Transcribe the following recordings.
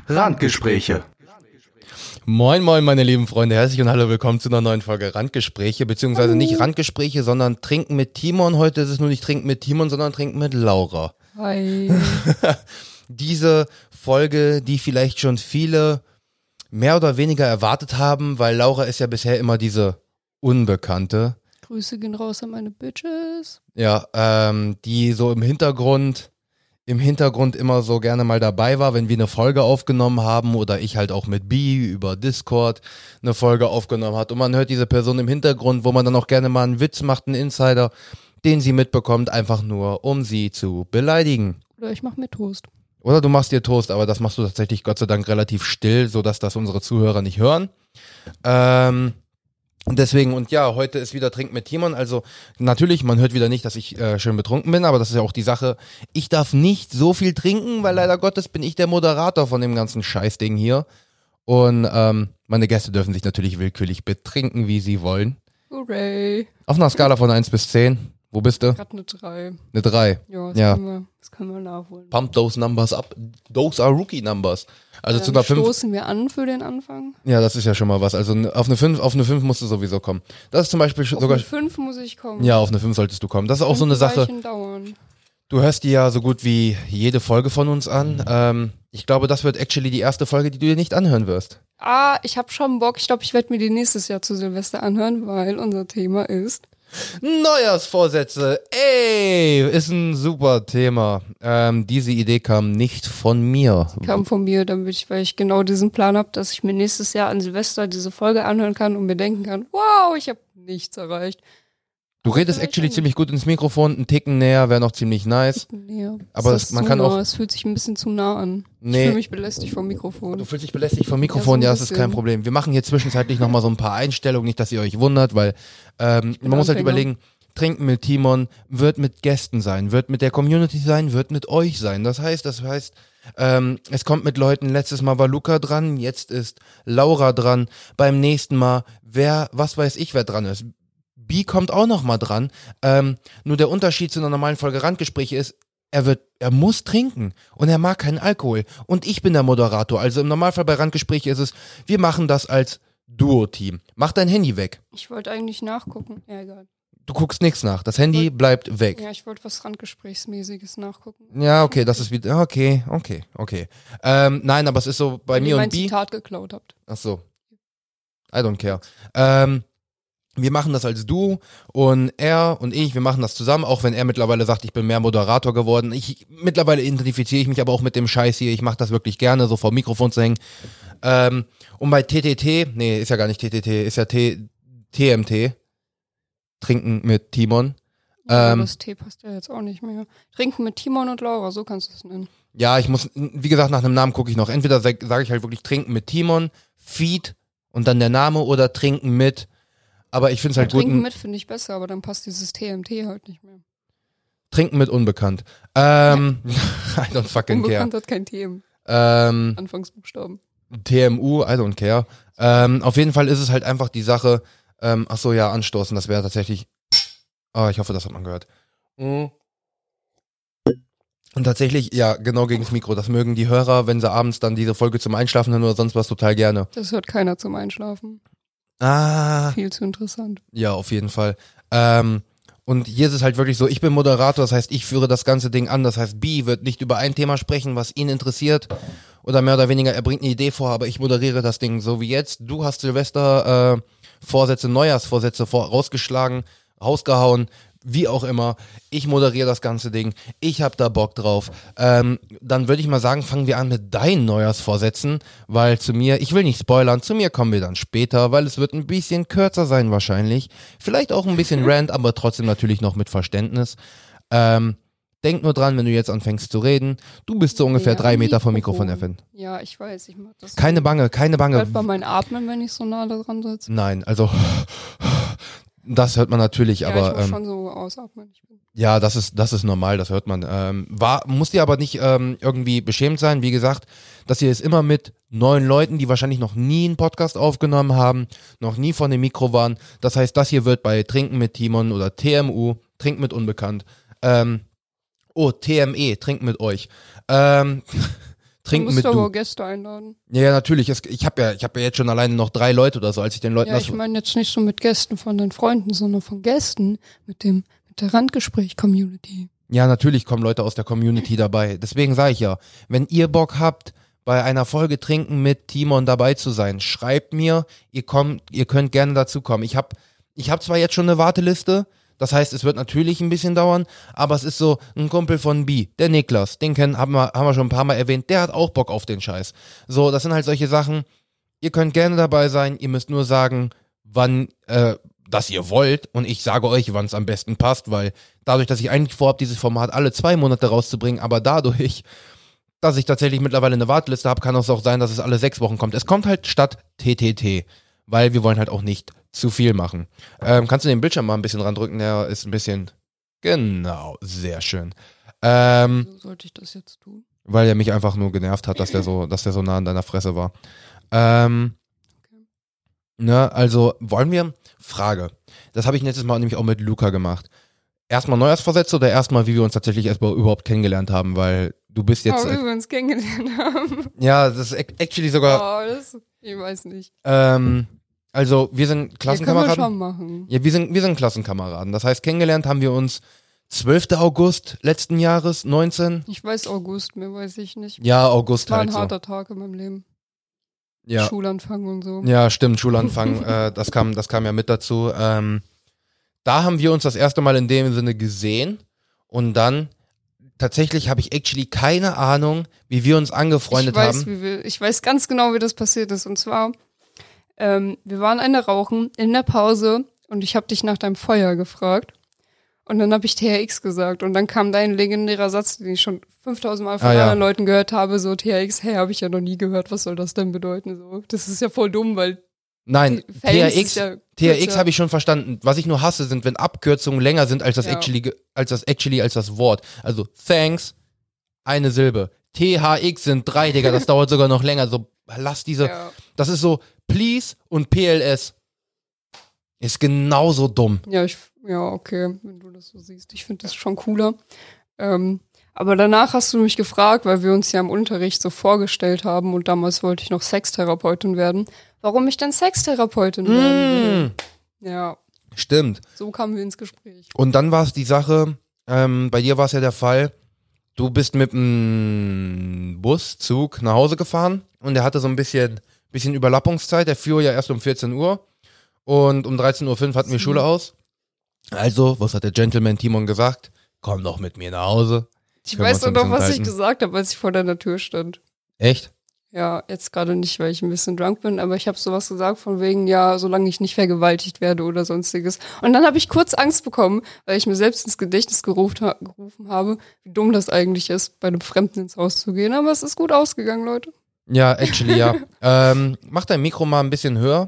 Randgespräche. Moin moin meine lieben Freunde, herzlich und hallo, willkommen zu einer neuen Folge Randgespräche, beziehungsweise nicht Randgespräche, sondern Trinken mit Timon. Heute ist es nur nicht Trinken mit Timon, sondern Trinken mit Laura. Hi. Diese Folge, die vielleicht schon viele mehr oder weniger erwartet haben, weil Laura ist ja bisher immer diese Unbekannte. Grüße gehen raus an meine Bitches. Ja, die so im Hintergrund immer so gerne mal dabei war, wenn wir eine Folge aufgenommen haben oder ich halt auch mit B über Discord eine Folge aufgenommen hat und man hört diese Person im Hintergrund, wo man dann auch gerne mal einen Witz macht, einen Insider, den sie mitbekommt, einfach nur, um sie zu beleidigen. Oder ich mach mir Toast. Oder du machst dir Toast, aber das machst du tatsächlich Gott sei Dank relativ still, sodass das unsere Zuhörer nicht hören. Und deswegen, und ja, heute ist wieder Trink mit Timon, also natürlich, man hört wieder nicht, dass ich schön betrunken bin, aber das ist ja auch die Sache, ich darf nicht so viel trinken, weil leider Gottes bin ich der Moderator von dem ganzen Scheißding hier und meine Gäste dürfen sich natürlich willkürlich betrinken, wie sie wollen. Hooray. Auf einer Skala von 1 bis 10, wo bist du? Gerade eine 3. Eine 3. Ja, das können wir nachholen. Pump those numbers up, those are rookie numbers. Also zu einer 5. Stoßen wir an für den Anfang. Ja, das ist ja schon mal was. Also auf eine 5 musst du sowieso kommen. Das ist zum Beispiel sogar. Auf eine 5 muss ich kommen. Ja, auf eine 5 solltest du kommen. Das ist auch so eine Sache. Dauern. Du hörst dir ja so gut wie jede Folge von uns an. Ich glaube, das wird actually die erste Folge, die du dir nicht anhören wirst. Ich habe schon Bock. Ich glaube, ich werde mir die nächstes Jahr zu Silvester anhören, weil unser Thema ist Neujahrsvorsätze. Ey, ist ein super Thema. Diese Idee kam nicht von mir. Kam von mir, weil ich genau diesen Plan habe, dass ich mir nächstes Jahr an Silvester diese Folge anhören kann und mir denken kann, wow, ich habe nichts erreicht. Du redest actually ziemlich gut ins Mikrofon, einen Ticken näher wäre noch ziemlich nice. Ja, aber man kann auch. Es fühlt sich ein bisschen zu nah an. Nee. Ich fühle mich belästigt vom Mikrofon. Du fühlst dich belästigt vom Mikrofon, ja, das ist kein Problem. Wir machen hier zwischenzeitlich nochmal so ein paar Einstellungen, nicht, dass ihr euch wundert, weil man muss halt überlegen, Trinken mit Timon wird mit Gästen sein, wird mit der Community sein, wird mit euch sein. Das heißt, es kommt mit Leuten, letztes Mal war Luca dran, jetzt ist Laura dran, beim nächsten Mal, was weiß ich, wer dran ist. B kommt auch noch mal dran. Nur der Unterschied zu einer normalen Folge Randgespräche ist, er muss trinken und er mag keinen Alkohol. Und ich bin der Moderator. Also im Normalfall bei Randgespräche ist es, wir machen das als Duo-Team. Mach dein Handy weg. Ich wollte eigentlich nachgucken. Ja, egal. Du guckst nichts nach. Das Handy bleibt weg. Ja, ich wollte was Randgesprächsmäßiges nachgucken. Ja, okay, das ist wieder, okay. Nein, aber es ist so bei mir und B. Wenn ihr mein Zitat geklaut habt. Ach so. I don't care. Wir machen das als Duo und er und ich, wir machen das zusammen, auch wenn er mittlerweile sagt, ich bin mehr Moderator geworden. Mittlerweile identifiziere ich mich aber auch mit dem Scheiß hier. Ich mache das wirklich gerne, so vor dem Mikrofon zu hängen. Und bei TTT, nee, ist ja gar nicht TTT, ist ja TMT, Trinken mit Timon. Das T passt ja jetzt auch nicht mehr. Trinken mit Timon und Laura, so kannst du es nennen. Ja, ich muss, wie gesagt, nach einem Namen gucke ich noch. Entweder sage ich halt wirklich Trinken mit Timon, Feed und dann der Name oder Trinken mit. Aber ich finde es halt gut. Trinken mit finde ich besser, aber dann passt dieses TMT halt nicht mehr. Trinken mit Unbekannt. I don't fucking care. Unbekannt hat kein TM. Anfangsbuchstaben. TMU, I don't care. Auf jeden Fall ist es halt einfach die Sache, anstoßen, das wäre tatsächlich, ich hoffe, das hat man gehört. Und tatsächlich, ja, genau gegen das Mikro, das mögen die Hörer, wenn sie abends dann diese Folge zum Einschlafen hören oder sonst was, total gerne. Das hört keiner zum Einschlafen. Viel zu interessant. Ja, auf jeden Fall. Und hier ist es halt wirklich so, ich bin Moderator, das heißt, ich führe das ganze Ding an, das heißt, B wird nicht über ein Thema sprechen, was ihn interessiert oder mehr oder weniger, er bringt eine Idee vor, aber ich moderiere das Ding so wie jetzt. Du hast Silvester Neujahrsvorsätze rausgeschlagen, rausgehauen, wie auch immer. Ich moderiere das ganze Ding. Ich hab da Bock drauf. Dann würde ich mal sagen, fangen wir an mit deinen Neujahrsvorsätzen, weil ich will nicht spoilern, zu mir kommen wir dann später, weil es wird ein bisschen kürzer sein wahrscheinlich. Vielleicht auch ein bisschen Rant, aber trotzdem natürlich noch mit Verständnis. Denk nur dran, wenn du jetzt anfängst zu reden, du bist so ungefähr 3 Meter vom Mikrofon entfernt. Ja, ich weiß, ich mach das. Keine Bange. Hört man mein Atmen, wenn ich so nah da dran sitze? Nein, also das hört man natürlich, ja, aber ich muss schon so ausatmen. ja, das ist normal, das hört man. Muss dir aber nicht irgendwie beschämt sein. Wie gesagt, das hier ist immer mit 9 Leuten, die wahrscheinlich noch nie einen Podcast aufgenommen haben, noch nie vor dem Mikro waren. Das heißt, das hier wird bei Trinken mit Timon oder TMU, Trinken mit Unbekannt. TME, Trinken mit euch. Trinken musst mit du aber du. auch Gäste einladen. Ja, natürlich. Ich habe ja jetzt schon alleine noch 3 Leute oder so, als ich den Leuten Ja, das... ich meine jetzt nicht so mit Gästen von deinen Freunden, sondern von Gästen mit der Randgespräch-Community. Ja, natürlich kommen Leute aus der Community dabei. Deswegen sage ich ja, wenn ihr Bock habt, bei einer Folge Trinken mit Timon dabei zu sein, schreibt mir, ihr könnt gerne dazukommen. Ich hab zwar jetzt schon eine Warteliste, das heißt, es wird natürlich ein bisschen dauern, aber es ist so ein Kumpel von B, der Niklas, den haben wir schon ein paar Mal erwähnt, der hat auch Bock auf den Scheiß. So, das sind halt solche Sachen, ihr könnt gerne dabei sein, ihr müsst nur sagen, wann, dass ihr wollt und ich sage euch, wann es am besten passt, weil dadurch, dass ich eigentlich vorhabe, dieses Format alle 2 Monate rauszubringen, aber dadurch, dass ich tatsächlich mittlerweile eine Warteliste habe, kann es auch sein, dass es alle 6 Wochen kommt. Es kommt halt statt TTT, weil wir wollen halt auch nicht zu viel machen. Kannst du den Bildschirm mal ein bisschen randrücken? Der ist ein bisschen... Genau, sehr schön. Wieso sollte ich das jetzt tun? Weil er mich einfach nur genervt hat, dass der so nah an deiner Fresse war. Ne, also wollen wir... Frage. Das habe ich letztes Mal nämlich auch mit Luca gemacht. Erstmal Neujahrsvorsätze oder erstmal, wie wir uns tatsächlich erstmal überhaupt kennengelernt haben, weil du bist jetzt... wie wir uns kennengelernt haben. Ja, das ist actually sogar... Ich weiß nicht. Also, wir sind Klassenkameraden. Ja, können wir schon machen. Ja, wir sind Klassenkameraden. Das heißt, kennengelernt haben wir uns 12. August letzten Jahres, 19. Ich weiß August, mehr weiß ich nicht. Ja, August War halt ein so. harter Tag in meinem Leben. Ja. Schulanfang und so. Ja, stimmt, Schulanfang, das kam ja mit dazu. Da haben wir uns das erste Mal in dem Sinne gesehen und dann tatsächlich habe ich actually keine Ahnung, wie wir uns angefreundet haben. Ich weiß ganz genau, wie das passiert ist. Und zwar, wir waren eine rauchen in der Pause und ich habe dich nach deinem Feuer gefragt. Und dann habe ich THX gesagt und dann kam dein legendärer Satz, den ich schon 5000 Mal von anderen Leuten gehört habe, so THX, hey, habe ich ja noch nie gehört, was soll das denn bedeuten? So, das ist ja voll dumm, weil nein, THX ja habe ich schon verstanden. Was ich nur hasse, sind, wenn Abkürzungen länger sind als das als das Wort. Also thanks, eine Silbe. THX sind 3, Digga, das dauert sogar noch länger. So, lass diese, das ist so please und PLS. Ist genauso dumm. Ja, okay, wenn du das so siehst. Ich finde das schon cooler. Aber danach hast du mich gefragt, weil wir uns ja im Unterricht so vorgestellt haben und damals wollte ich noch Sextherapeutin werden, warum ich denn Sextherapeutin werden will. Ja. Stimmt. So kamen wir ins Gespräch. Und dann war es die Sache, bei dir war es ja der Fall, du bist mit einem Buszug nach Hause gefahren und der hatte so ein bisschen Überlappungszeit, der fuhr ja erst um 14 Uhr und um 13.05 Uhr hatten wir Schule aus. Also, was hat der Gentleman Timon gesagt? Komm doch mit mir nach Hause. Ich weiß nur noch, was ich gesagt habe, als ich vor deiner Tür stand. Echt? Ja, jetzt gerade nicht, weil ich ein bisschen drunk bin, aber ich habe sowas gesagt von wegen, ja, solange ich nicht vergewaltigt werde oder sonstiges. Und dann habe ich kurz Angst bekommen, weil ich mir selbst ins Gedächtnis gerufen habe, wie dumm das eigentlich ist, bei einem Fremden ins Haus zu gehen. Aber es ist gut ausgegangen, Leute. Ja, actually, ja. Mach dein Mikro mal ein bisschen höher.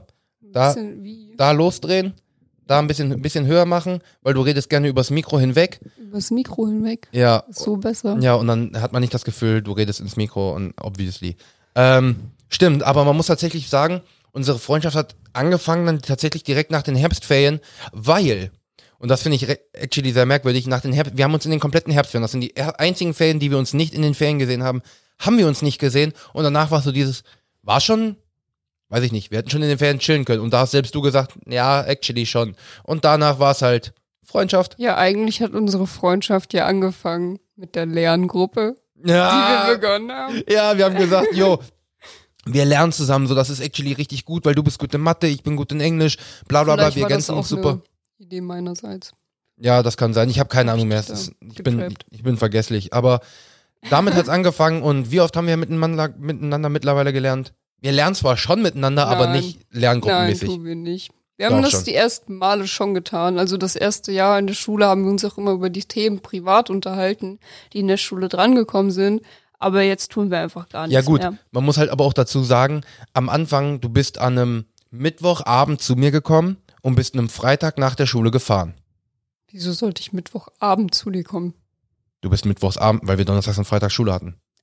Da losdrehen. Da ein bisschen höher machen, weil du redest gerne übers Mikro hinweg. Übers Mikro hinweg? Ja. Ist so besser. Ja, und dann hat man nicht das Gefühl, du redest ins Mikro und obviously. Stimmt, aber man muss tatsächlich sagen, unsere Freundschaft hat angefangen dann tatsächlich direkt nach den Herbstferien, weil, und das finde ich actually sehr merkwürdig, wir haben uns in den kompletten Herbstferien, das sind die einzigen Ferien, die wir uns nicht in den Ferien gesehen haben, haben wir uns nicht gesehen und danach war so war schon, weiß ich nicht, wir hätten schon in den Ferien chillen können und da hast selbst du gesagt, ja, actually schon. Und danach war es halt Freundschaft. Ja, eigentlich hat unsere Freundschaft ja angefangen mit der Lerngruppe, die wir begonnen haben. Ja, wir haben gesagt, wir lernen zusammen, so, das ist actually richtig gut, weil du bist gut in Mathe, ich bin gut in Englisch, bla bla bla, wir ergänzen uns super. Eine Idee meinerseits. Ja, das kann sein, ich habe keine Ahnung mehr, ich bin vergesslich, aber damit hat's angefangen und wie oft haben wir miteinander mittlerweile gelernt? Wir lernen zwar schon miteinander, aber nicht lerngruppenmäßig. Nein, tun wir nicht. Wir haben das die ersten Male schon getan. Also das erste Jahr in der Schule haben wir uns auch immer über die Themen privat unterhalten, die in der Schule drangekommen sind. Aber jetzt tun wir einfach gar nichts mehr. Ja gut, man muss halt aber auch dazu sagen, am Anfang, du bist an einem Mittwochabend zu mir gekommen und bist an einem Freitag nach der Schule gefahren. Wieso sollte ich Mittwochabend zu dir kommen? Du bist Mittwochsabend, weil wir Donnerstags und Freitags Schule hatten.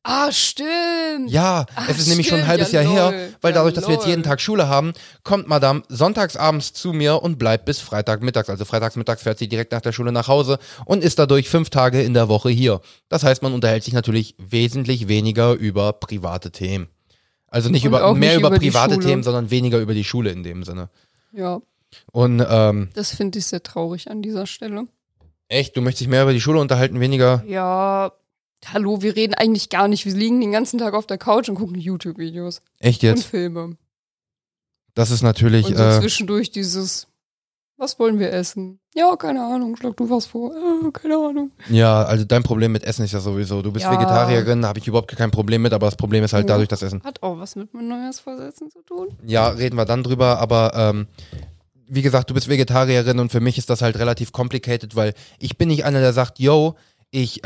Ah, stimmt. Ja, es ist nämlich schon ein halbes Jahr her, weil dadurch, dass wir jetzt jeden Tag Schule haben, kommt Madame sonntagsabends zu mir und bleibt bis Freitagmittags. Also freitagsmittags fährt sie direkt nach der Schule nach Hause und ist dadurch 5 Tage in der Woche hier. Das heißt, man unterhält sich natürlich wesentlich weniger über private Themen. Also nicht Und auch mehr nicht über über die private Schule. Themen, sondern weniger über die Schule in dem Sinne. Ja, Und das finde ich sehr traurig an dieser Stelle. echt, du möchtest dich mehr über die Schule unterhalten, weniger? Ja, hallo, wir reden eigentlich gar nicht. Wir liegen den ganzen Tag auf der Couch und gucken YouTube-Videos Echt und jetzt? Filme. Das ist natürlich... Und so zwischendurch dieses, was wollen wir essen? Ja, keine Ahnung, schlag du was vor. Keine Ahnung. Ja, also dein Problem mit Essen ist ja sowieso, du bist Ja. Vegetarierin, da habe ich überhaupt kein Problem mit, aber das Problem ist halt Ja. dadurch das Essen. Hat auch was mit meinen Neujahrsvorsätzen zu tun. Ja, reden wir dann drüber, aber wie gesagt, du bist Vegetarierin und für mich ist das halt relativ complicated, weil ich bin nicht einer, der sagt, yo, ich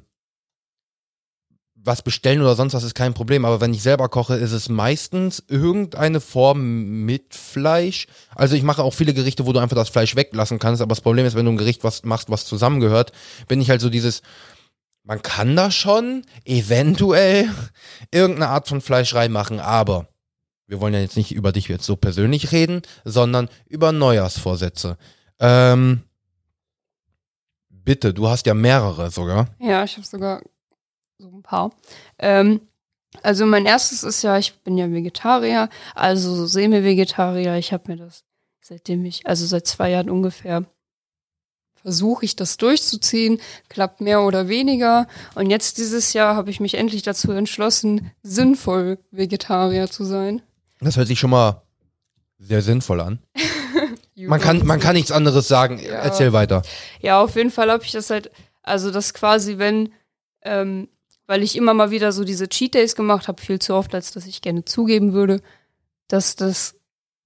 was bestellen oder sonst was ist kein Problem, aber wenn ich selber koche, ist es meistens irgendeine Form mit Fleisch. Also ich mache auch viele Gerichte, wo du einfach das Fleisch weglassen kannst, aber das Problem ist, wenn du ein Gericht machst, was zusammengehört, bin ich halt so dieses, man kann da schon eventuell irgendeine Art von Fleisch reinmachen, aber wir wollen ja jetzt nicht über dich jetzt so persönlich reden, sondern über Neujahrsvorsätze. Bitte, du hast ja mehrere sogar. Ja, ich habe sogar so ein paar. Also mein erstes ist ja, ich bin ja Vegetarier, also so Semi-Vegetarier. Ich habe mir das, seit 2 Jahren ungefähr, versuche ich das durchzuziehen, klappt mehr oder weniger. Und jetzt dieses Jahr habe ich mich endlich dazu entschlossen, sinnvoll Vegetarier zu sein. Das hört sich schon mal sehr sinnvoll an. Man kann nichts anderes sagen. Ja. Erzähl weiter. Ja, auf jeden Fall habe ich das halt, also das quasi, weil ich immer mal wieder so diese Cheat Days gemacht habe, viel zu oft, als dass ich gerne zugeben würde, dass das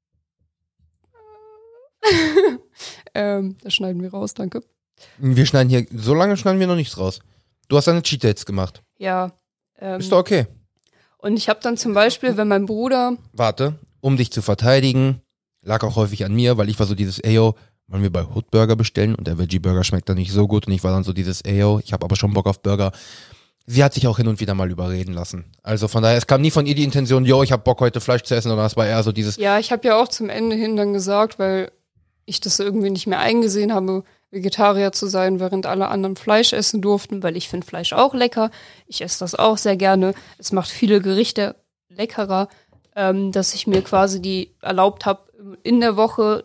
das schneiden wir raus, danke. So lange schneiden wir noch nichts raus. Du hast deine Cheat Dates gemacht. Ja. Ist doch okay. Und ich habe dann zum Beispiel, wenn mein Bruder, Warte, um dich zu verteidigen, lag auch häufig an mir, weil ich war so dieses, ey yo, wollen wir bei Hood Burger bestellen und der Veggie Burger schmeckt dann nicht so gut und ich war dann so dieses, ey yo, ich habe aber schon Bock auf Burger. Sie hat sich auch hin und wieder mal überreden lassen. Also von daher, es kam nie von ihr die Intention, yo, ich habe Bock heute Fleisch zu essen, sondern es war eher so dieses, ja, ich habe ja auch zum Ende hin dann gesagt, weil ich das irgendwie nicht mehr eingesehen habe, Vegetarier zu sein, während alle anderen Fleisch essen durften, weil ich finde Fleisch auch lecker. Ich esse das auch sehr gerne. Es macht viele Gerichte leckerer, dass ich mir quasi die erlaubt habe, in der Woche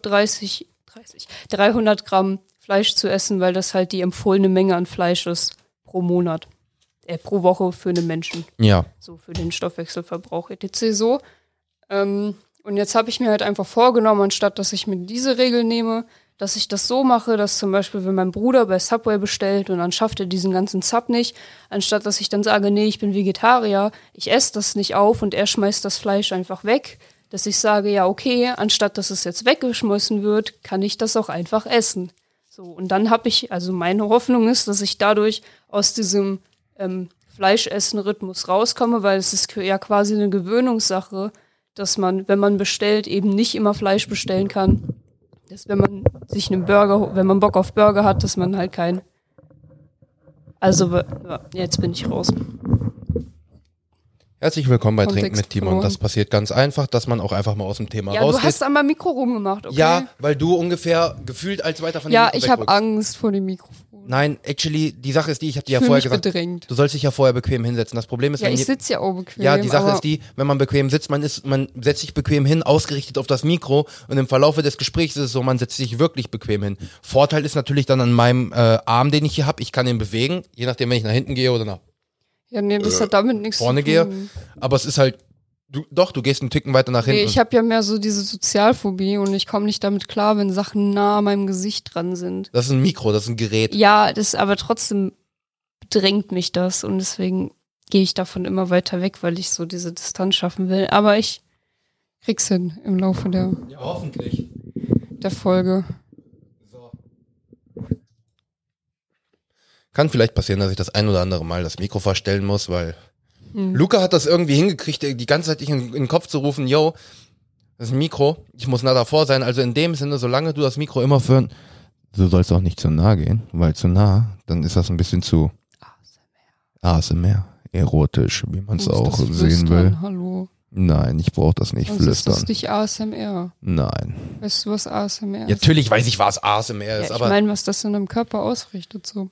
300 Gramm Fleisch zu essen, weil das halt die empfohlene Menge an Fleisch ist pro Monat. Pro Woche für einen Menschen. ja. So für den Stoffwechselverbrauch etc. so. Und jetzt habe ich mir halt einfach vorgenommen, anstatt dass ich mir diese Regel nehme, dass ich das so mache, dass zum Beispiel, wenn mein Bruder bei Subway bestellt und dann schafft er diesen ganzen Sub nicht, anstatt dass ich dann sage, nee, ich bin Vegetarier, ich esse das nicht auf und er schmeißt das Fleisch einfach weg, dass ich sage, ja okay, anstatt dass es jetzt weggeschmissen wird, kann ich das auch einfach essen. So, und dann habe ich, also meine Hoffnung ist, dass ich dadurch aus diesem Fleischessen-Rhythmus rauskomme, weil es ist ja quasi eine Gewöhnungssache, dass man, wenn man bestellt, eben nicht immer Fleisch bestellen kann. Dass wenn man sich wenn man Bock auf Burger hat, dass man halt kein. Also, jetzt bin ich raus. Herzlich willkommen bei Kontext Trinken mit Timon. verloren. Das passiert ganz einfach, dass man auch einfach mal aus dem Thema Ja, du rausgeht. hast an meinem Mikro rumgemacht, okay? Ja, weil du ungefähr gefühlt als weiter von dem Ja, Mikro ich habe wegrückst. Angst vor dem Mikrofon. Nein, actually, die Sache ist die, ich habe dir ja Ich fühle vorher mich gesagt, bedrängt. du sollst dich ja vorher bequem hinsetzen. Das Problem ist, Ja, wenn ich sitze ja auch bequem. ja, die Sache aber ist die, wenn man bequem sitzt, man setzt sich bequem hin, ausgerichtet auf das Mikro und im Verlaufe des Gesprächs ist es so, man setzt sich wirklich bequem hin. Vorteil ist natürlich dann an meinem Arm, den ich hier habe, ich kann ihn bewegen, je nachdem, wenn ich nach hinten gehe oder nach Ja, nee, das hat damit nichts vorne zu gehe. tun. Aber es ist halt, du gehst einen Ticken weiter nach hinten. Nee, ich habe ja mehr so diese Sozialphobie und ich komme nicht damit klar, wenn Sachen nah an meinem Gesicht dran sind. Das ist ein Mikro, das ist ein Gerät. Ja, das aber trotzdem bedrängt mich das und deswegen gehe ich davon immer weiter weg, weil ich so diese Distanz schaffen will. Aber ich krieg's hin im Laufe der Ja, hoffentlich. Folge. So. Kann vielleicht passieren, dass ich das ein oder andere Mal das Mikro verstellen muss, weil Luca hat das irgendwie hingekriegt, die ganze Zeit in den Kopf zu rufen, yo, das ist ein Mikro, ich muss nah davor sein. Also in dem Sinne, solange du das Mikro immer führen, du sollst auch nicht zu nah gehen, weil zu nah, dann ist das ein bisschen zu ASMR. erotisch, wie man es Du musst auch das sehen flüstern, will. Hallo. Nein, ich brauche das nicht Sonst ist das flüstern. nicht ASMR. Nein. Weißt du, was ASMR Ja, ist? natürlich weiß ich, was ASMR Ja, ist, ich aber meine, was das in deinem Körper ausrichtet so.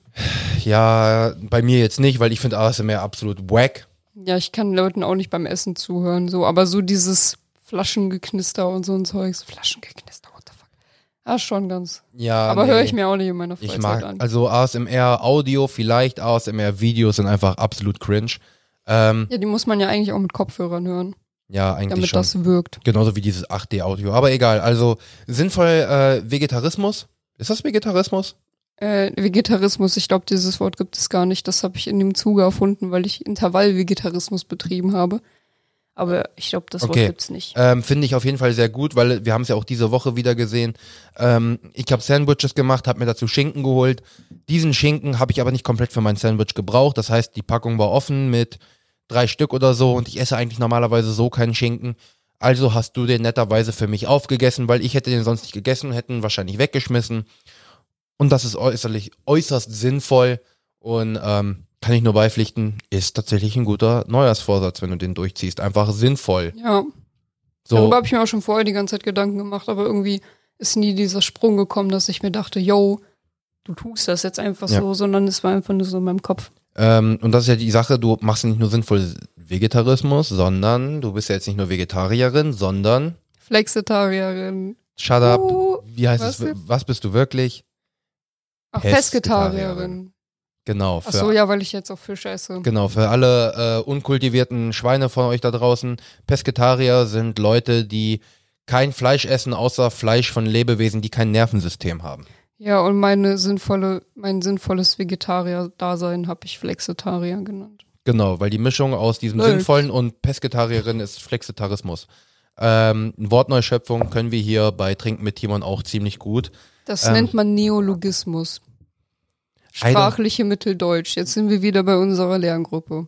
ja, bei mir jetzt nicht, weil ich finde ASMR absolut wack. Ja, ich kann Leuten auch nicht beim Essen zuhören, so, aber so dieses Flaschengeknister und so ein Zeugs. Flaschengeknister, what the fuck. Ah, schon ganz. Ja, Aber nee. höre ich mir auch nicht in meiner Freizeit Ich mag, an. also ASMR Audio vielleicht, ASMR Videos sind einfach absolut cringe. Ja, die muss man ja eigentlich auch mit Kopfhörern hören, Ja, eigentlich damit schon. das wirkt. Genauso wie dieses 8D-Audio. Aber egal, also sinnvoll Vegetarismus. Ist das Vegetarismus? Vegetarismus, ich glaube, dieses Wort gibt es gar nicht. Das habe ich in dem Zuge erfunden, weil ich Intervallvegetarismus betrieben habe. Aber ich glaube, das Wort Okay. gibt's nicht. Finde ich auf jeden Fall sehr gut, weil wir haben es ja auch diese Woche wieder gesehen. Ich habe Sandwiches gemacht, habe mir dazu Schinken geholt. Diesen Schinken habe ich aber nicht komplett für mein Sandwich gebraucht. Das heißt, die Packung war offen mit 3 Stück oder so und ich esse eigentlich normalerweise so keinen Schinken. Also hast du den netterweise für mich aufgegessen, weil ich hätte den sonst nicht gegessen und hätten wahrscheinlich weggeschmissen. Und das ist äußerst sinnvoll und kann ich nur beipflichten, ist tatsächlich ein guter Neujahrsvorsatz, wenn du den durchziehst. Einfach sinnvoll. Ja, So, darüber habe ich mir auch schon vorher die ganze Zeit Gedanken gemacht, aber irgendwie ist nie dieser Sprung gekommen, dass ich mir dachte, yo, du tust das jetzt einfach Ja. so, sondern es war einfach nur so in meinem Kopf. und das ist ja die Sache, du machst nicht nur sinnvoll Vegetarismus, sondern du bist ja jetzt nicht nur Vegetarierin, sondern Flexitarierin. shut up, wie heißt was es, jetzt? was bist du wirklich? Ach, Pesketarierin. Pesketarierin. Genau, Ach so, ja, weil ich jetzt auch Fisch esse. Genau, für alle unkultivierten Schweine von euch da draußen, Pesketarier sind Leute, die kein Fleisch essen, außer Fleisch von Lebewesen, die kein Nervensystem haben. Ja, und mein sinnvolles Vegetarier-Dasein habe ich Flexitarier genannt. Genau, weil die Mischung aus diesem Flex. Sinnvollen und Pesketarierin ist Flexitarismus. Wortneuschöpfung können wir hier bei Trinken mit Timon auch ziemlich gut. Das nennt man Neologismus. I don't- Sprachliche Mitteldeutsch. Jetzt sind wir wieder bei unserer Lerngruppe.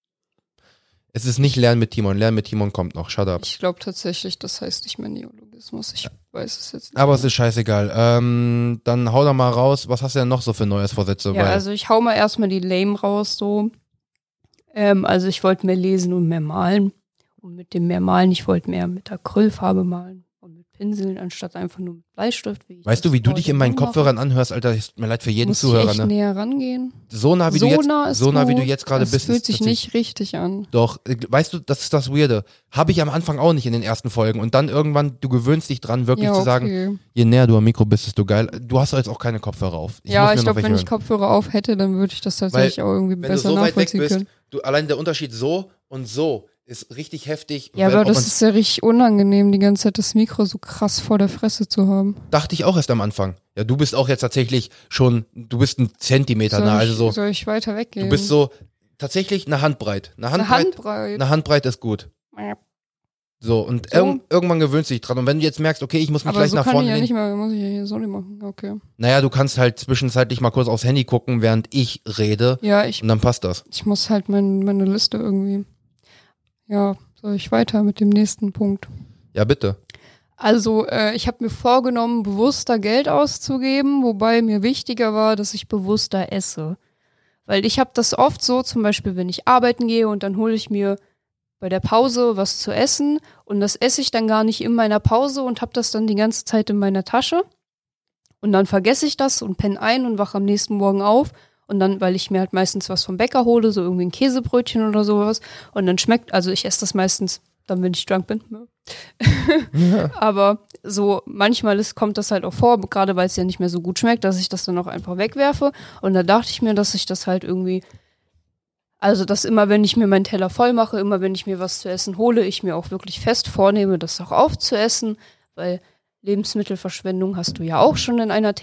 Es ist nicht Lernen mit Timon kommt noch, shut up. Ich glaube tatsächlich, das heißt nicht mehr Neologismus. Ich weiß es jetzt nicht. Aber es ist scheißegal. Dann hau doch mal raus, was hast du denn noch so für Neujahrsvorsätze? Ja, also ich hau mal erstmal die Lame raus so. Also ich wollte mehr lesen und mehr malen. Und mit dem mehr malen, ich wollte mehr mit Acrylfarbe malen und mit Pinseln, anstatt einfach nur mit Bleistift. Weißt du, wie du dich in meinen Kopfhörern anhörst, Alter? Es tut mir leid für jeden Muss Zuhörer, ich echt ne? näher rangehen? So nah wie du jetzt gerade das bist. fühlt ist sich tatsächlich- nicht richtig an. Doch, weißt du, das ist das Weirde. Habe ich am Anfang auch nicht in den ersten Folgen. Und dann irgendwann, du gewöhnst dich dran, wirklich Ja, zu sagen, okay. je näher du am Mikro bist, desto geil. Du hast jetzt auch keine Kopfhörer auf. Ja, muss mir ich noch glaube, welche wenn ich hören. Kopfhörer auf hätte, dann würde ich das tatsächlich auch irgendwie Wenn du besser so weit weg nachvollziehen bist, können. allein der Unterschied so und so ist richtig heftig. Ja, Wenn- aber ob das man's- ist ja richtig unangenehm, die ganze Zeit das Mikro so krass vor der Fresse zu haben. dachte ich auch erst am Anfang. Ja, du bist auch jetzt tatsächlich schon, du bist ein Zentimeter nah, also so. Soll ich weiter weggehen? Du bist so tatsächlich eine Handbreit. Eine Handbreit. Eine Handbreit ist gut. So, und So? irgendwann gewöhnst du dich dran. Und wenn du jetzt merkst, okay, ich muss mich Aber gleich so nach kann ich vorne ja lehnen. nicht mehr, muss ich ja hier so nicht machen. Okay. Naja, du kannst halt zwischenzeitlich mal kurz aufs Handy gucken, während ich rede. Ja, ich Und dann passt das. muss halt meine Liste irgendwie. Ja, soll ich weiter mit dem nächsten Punkt? Ja, bitte. Also, ich habe mir vorgenommen, bewusster Geld auszugeben, wobei mir wichtiger war, dass ich bewusster esse. Weil ich habe das oft so, zum Beispiel, wenn ich arbeiten gehe und dann hole ich mir bei der Pause was zu essen und das esse ich dann gar nicht in meiner Pause und habe das dann die ganze Zeit in meiner Tasche. Und dann vergesse ich das und penne ein und wache am nächsten Morgen auf. Und dann, weil ich mir halt meistens was vom Bäcker hole, so irgendwie ein Käsebrötchen oder sowas. Und dann schmeckt, also ich esse das meistens dann, wenn ich drunk bin. Ja. Aber so manchmal kommt das halt auch vor, gerade weil es ja nicht mehr so gut schmeckt, dass ich das dann auch einfach wegwerfe. Und da dachte ich mir, dass ich das halt irgendwie, also dass immer, wenn ich mir meinen Teller voll mache, immer wenn ich mir was zu essen hole, ich mir auch wirklich fest vornehme, das auch aufzuessen, weil Lebensmittelverschwendung hast du ja auch schon in einer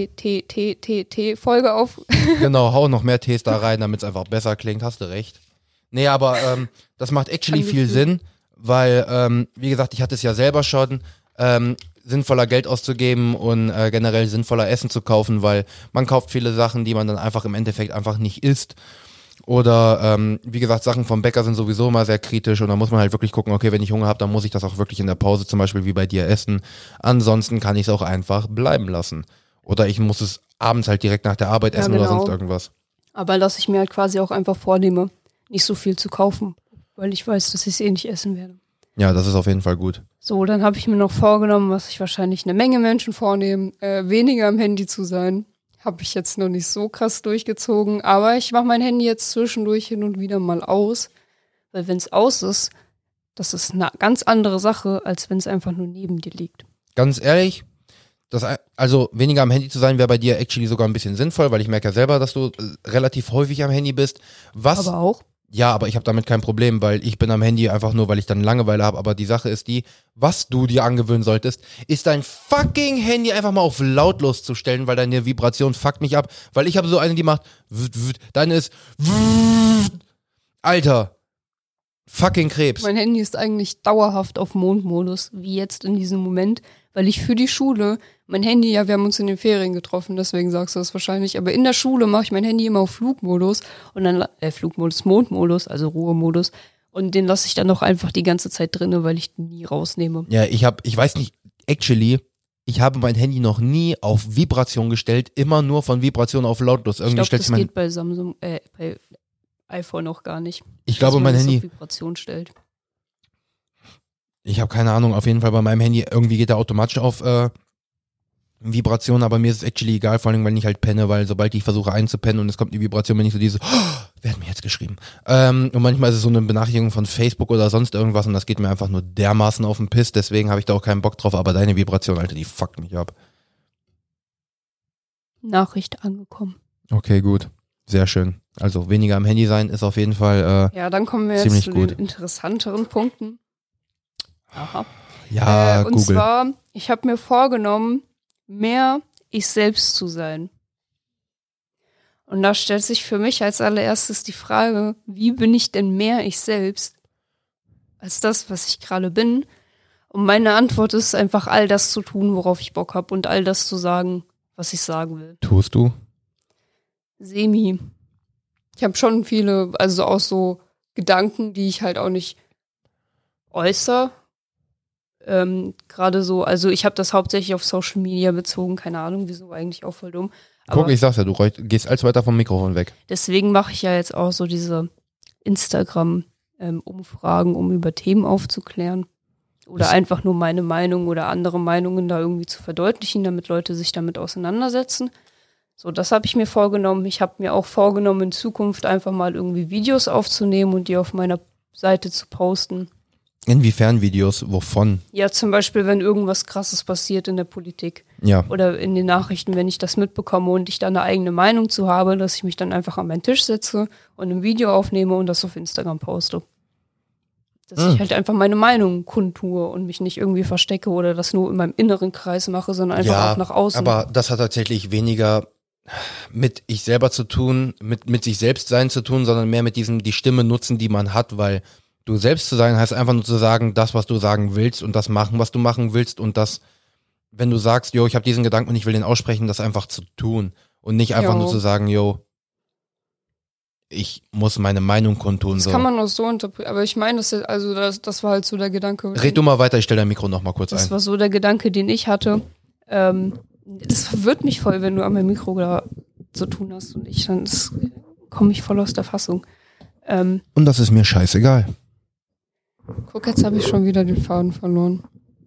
Folge auf. Genau, hau noch mehr Tees da rein, damit es einfach besser klingt. Hast du recht. Nee, aber das macht actually viel Sinn, weil, wie gesagt, ich hatte es ja selber schon, sinnvoller Geld auszugeben und generell sinnvoller Essen zu kaufen, weil man kauft viele Sachen, die man dann einfach im Endeffekt einfach nicht isst. Oder wie gesagt, Sachen vom Bäcker sind sowieso immer sehr kritisch und da muss man halt wirklich gucken, okay, wenn ich Hunger habe, dann muss ich das auch wirklich in der Pause zum Beispiel wie bei dir essen. Ansonsten kann ich es auch einfach bleiben lassen. Oder ich muss es abends halt direkt nach der Arbeit essen oder sonst irgendwas. Aber dass ich mir halt quasi auch einfach vornehme, nicht so viel zu kaufen, weil ich weiß, dass ich es eh nicht essen werde. Ja, das ist auf jeden Fall gut. So, dann habe ich mir noch vorgenommen, was sich wahrscheinlich eine Menge Menschen vornehmen, weniger am Handy zu sein. Habe ich jetzt noch nicht so krass durchgezogen, aber ich mache mein Handy jetzt zwischendurch hin und wieder mal aus, weil wenn es aus ist, das ist eine ganz andere Sache, als wenn es einfach nur neben dir liegt. Ganz ehrlich, also weniger am Handy zu sein, wäre bei dir actually sogar ein bisschen sinnvoll, weil ich merke ja selber, dass du relativ häufig am Handy bist. Aber auch? Ja, aber ich habe damit kein Problem, weil ich bin am Handy einfach nur, weil ich dann Langeweile habe. Aber die Sache ist die, was du dir angewöhnen solltest, ist dein fucking Handy einfach mal auf lautlos zu stellen, weil deine Vibration fuckt mich ab. Weil ich habe so eine, die macht, deine ist, Alter, fucking Krebs. Mein Handy ist eigentlich dauerhaft auf Mondmodus, wie jetzt in diesem Moment, weil ich für die Schule mein Handy, ja, wir haben uns in den Ferien getroffen, deswegen sagst du das wahrscheinlich, aber in der Schule mache ich mein Handy immer auf Flugmodus und dann, Mondmodus, also Ruhemodus, und den lasse ich dann auch einfach die ganze Zeit drinne, weil ich den nie rausnehme. Ja, ich weiß nicht, actually, ich habe mein Handy noch nie auf Vibration gestellt, immer nur von Vibration auf lautlos. Irgendwie ich glaube, das geht bei Samsung, bei iPhone auch gar nicht. Ich glaube, mein Handy auf Vibration stellt. Ich habe keine Ahnung, auf jeden Fall bei meinem Handy, irgendwie geht er automatisch auf Vibration, aber mir ist es actually egal, vor allem, wenn ich halt penne, weil sobald ich versuche einzupennen und es kommt die Vibration, bin ich so diese, wer hat mir jetzt geschrieben? Und manchmal ist es so eine Benachrichtigung von Facebook oder sonst irgendwas und das geht mir einfach nur dermaßen auf den Piss, deswegen habe ich da auch keinen Bock drauf, aber deine Vibration, Alter, die fuckt mich ab. Nachricht angekommen. Okay, gut. Sehr schön. Also weniger am Handy sein ist auf jeden Fall ja, dann kommen wir jetzt zu den interessanteren Punkten. Aha. Ja, und Google. zwar, ich habe mir vorgenommen, mehr ich selbst zu sein. Und da stellt sich für mich als allererstes die Frage, wie bin ich denn mehr ich selbst als das, was ich gerade bin? Und meine Antwort ist einfach, all das zu tun, worauf ich Bock habe und all das zu sagen, was ich sagen will. Tust du? Semi. Ich habe schon viele, also auch so Gedanken, die ich halt auch nicht äußere. Gerade so, also ich habe das hauptsächlich auf Social Media bezogen, keine Ahnung, wieso, eigentlich auch voll dumm. Aber guck, ich sag's ja, du gehst als weiter vom Mikrofon weg. deswegen mache ich ja jetzt auch so diese Instagram-Umfragen, um über Themen aufzuklären. Oder einfach nur meine Meinung oder andere Meinungen da irgendwie zu verdeutlichen, damit Leute sich damit auseinandersetzen. So, das habe ich mir vorgenommen. Ich habe mir auch vorgenommen, in Zukunft einfach mal irgendwie Videos aufzunehmen und die auf meiner Seite zu posten. Inwiefern Videos? Wovon? Ja, zum Beispiel, wenn irgendwas Krasses passiert in der Politik Ja. oder in den Nachrichten, wenn ich das mitbekomme und ich da eine eigene Meinung zu habe, dass ich mich dann einfach an meinen Tisch setze und ein Video aufnehme und das auf Instagram poste. Dass ich halt einfach meine Meinung kundtue und mich nicht irgendwie verstecke oder das nur in meinem inneren Kreis mache, sondern einfach auch nach außen. Aber das hat tatsächlich weniger mit ich selber zu tun, mit sich selbst sein zu tun, sondern mehr mit diesem die Stimme nutzen, die man hat, weil du selbst zu sein heißt einfach nur zu sagen, das, was du sagen willst und das machen, was du machen willst und das, wenn du sagst, yo, ich habe diesen Gedanken und ich will den aussprechen, das einfach zu tun und nicht einfach nur zu sagen, yo, ich muss meine Meinung kundtun. Das so. kann man auch so interpretieren, aber ich meine, das war halt so der Gedanke. Red du mal weiter, ich stelle dein Mikro noch mal kurz ein. Das war so der Gedanke, den ich hatte. Das verwirrt mich voll, wenn du an meinem Mikro da zu tun hast und dann komme ich voll aus der Fassung. Und das ist mir scheißegal. Guck, jetzt habe ich schon wieder den Faden verloren.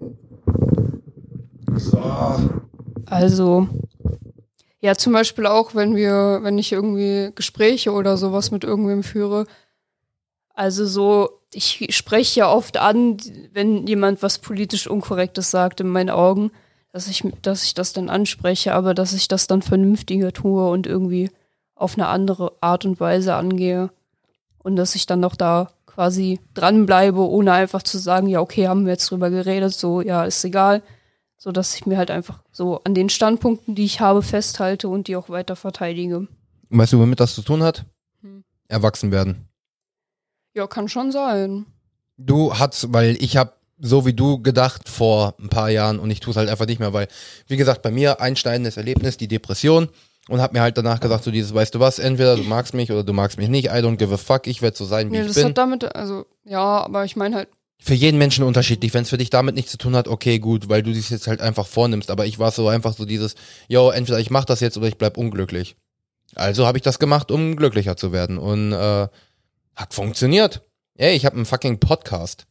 So. Also, ja, zum Beispiel auch, wenn ich irgendwie Gespräche oder sowas mit irgendwem führe. Also so, ich spreche ja oft an, wenn jemand was politisch Unkorrektes sagt in meinen Augen, dass ich das dann anspreche, aber dass ich das dann vernünftiger tue und irgendwie auf eine andere Art und Weise angehe. Und dass ich dann noch da quasi dranbleibe, ohne einfach zu sagen, ja, okay, haben wir jetzt drüber geredet, so, ja, ist egal. So, dass ich mir halt einfach so an den Standpunkten, die ich habe, festhalte und die auch weiter verteidige. Weißt du, womit das zu tun hat? Erwachsen werden. Ja, kann schon sein. Weil ich habe so wie du gedacht vor ein paar Jahren und ich tue es halt einfach nicht mehr, weil, wie gesagt, bei mir einschneidendes Erlebnis, die Depression, und hab mir halt danach gesagt, so dieses, weißt du was, entweder du magst mich oder du magst mich nicht, I don't give a fuck, ich werde so sein, wie ich das bin. hat damit, also, ja, aber ich meine halt. Für jeden Menschen unterschiedlich, wenn es für dich damit nichts zu tun hat, okay, gut, weil du dies jetzt halt einfach vornimmst, aber ich war so einfach so dieses, yo, entweder ich mach das jetzt oder ich bleib unglücklich. Also habe ich das gemacht, um glücklicher zu werden und Hat funktioniert. Ey, ich habe einen fucking Podcast.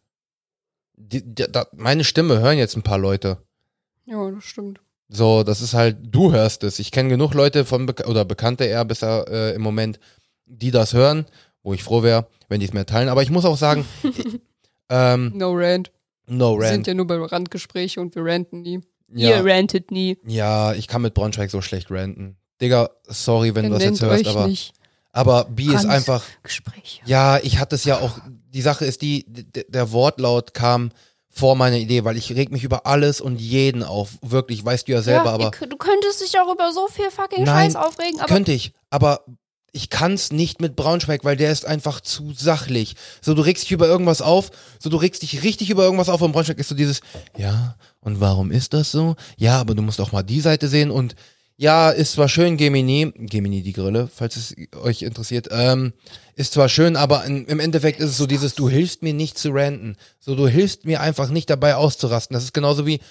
Meine Stimme hören jetzt ein paar Leute. Ja, das stimmt. So, das ist halt, du hörst es. Ich kenne genug Leute oder Bekannte eher besser im Moment, die das hören, wo ich froh wäre, wenn die es mir teilen. Aber ich muss auch sagen, No rant. no Wir rant. sind ja nur bei Randgespräche und wir ranten nie. Ja. Ihr rantet nie. Ja, ich kann mit Braunschweig so schlecht ranten. Digga, sorry, wenn du das jetzt Nennt hörst, euch nicht aber B ist einfach, Gespräche. ja, ich hatte es ja auch, die Sache ist der Wortlaut kam vor meiner Idee, weil ich reg mich über alles und jeden auf. Wirklich, weißt du ja selber, aber. Du könntest dich auch über so viel fucking Nein, Scheiß aufregen, aber könnte ich, aber ich kann's nicht mit Braunschweig, weil der ist einfach zu sachlich. So, du regst dich über irgendwas auf, so, du regst dich richtig über irgendwas auf und Braunschweig ist so dieses, ja, und warum ist das so? Ja, aber du musst auch mal die Seite sehen und ja, ist zwar schön, Gemini die Grille, falls es euch interessiert, ist zwar schön, aber im Endeffekt ist es so dieses, du hilfst mir nicht zu ranten. So, du hilfst mir einfach nicht dabei auszurasten. Das ist genauso wie,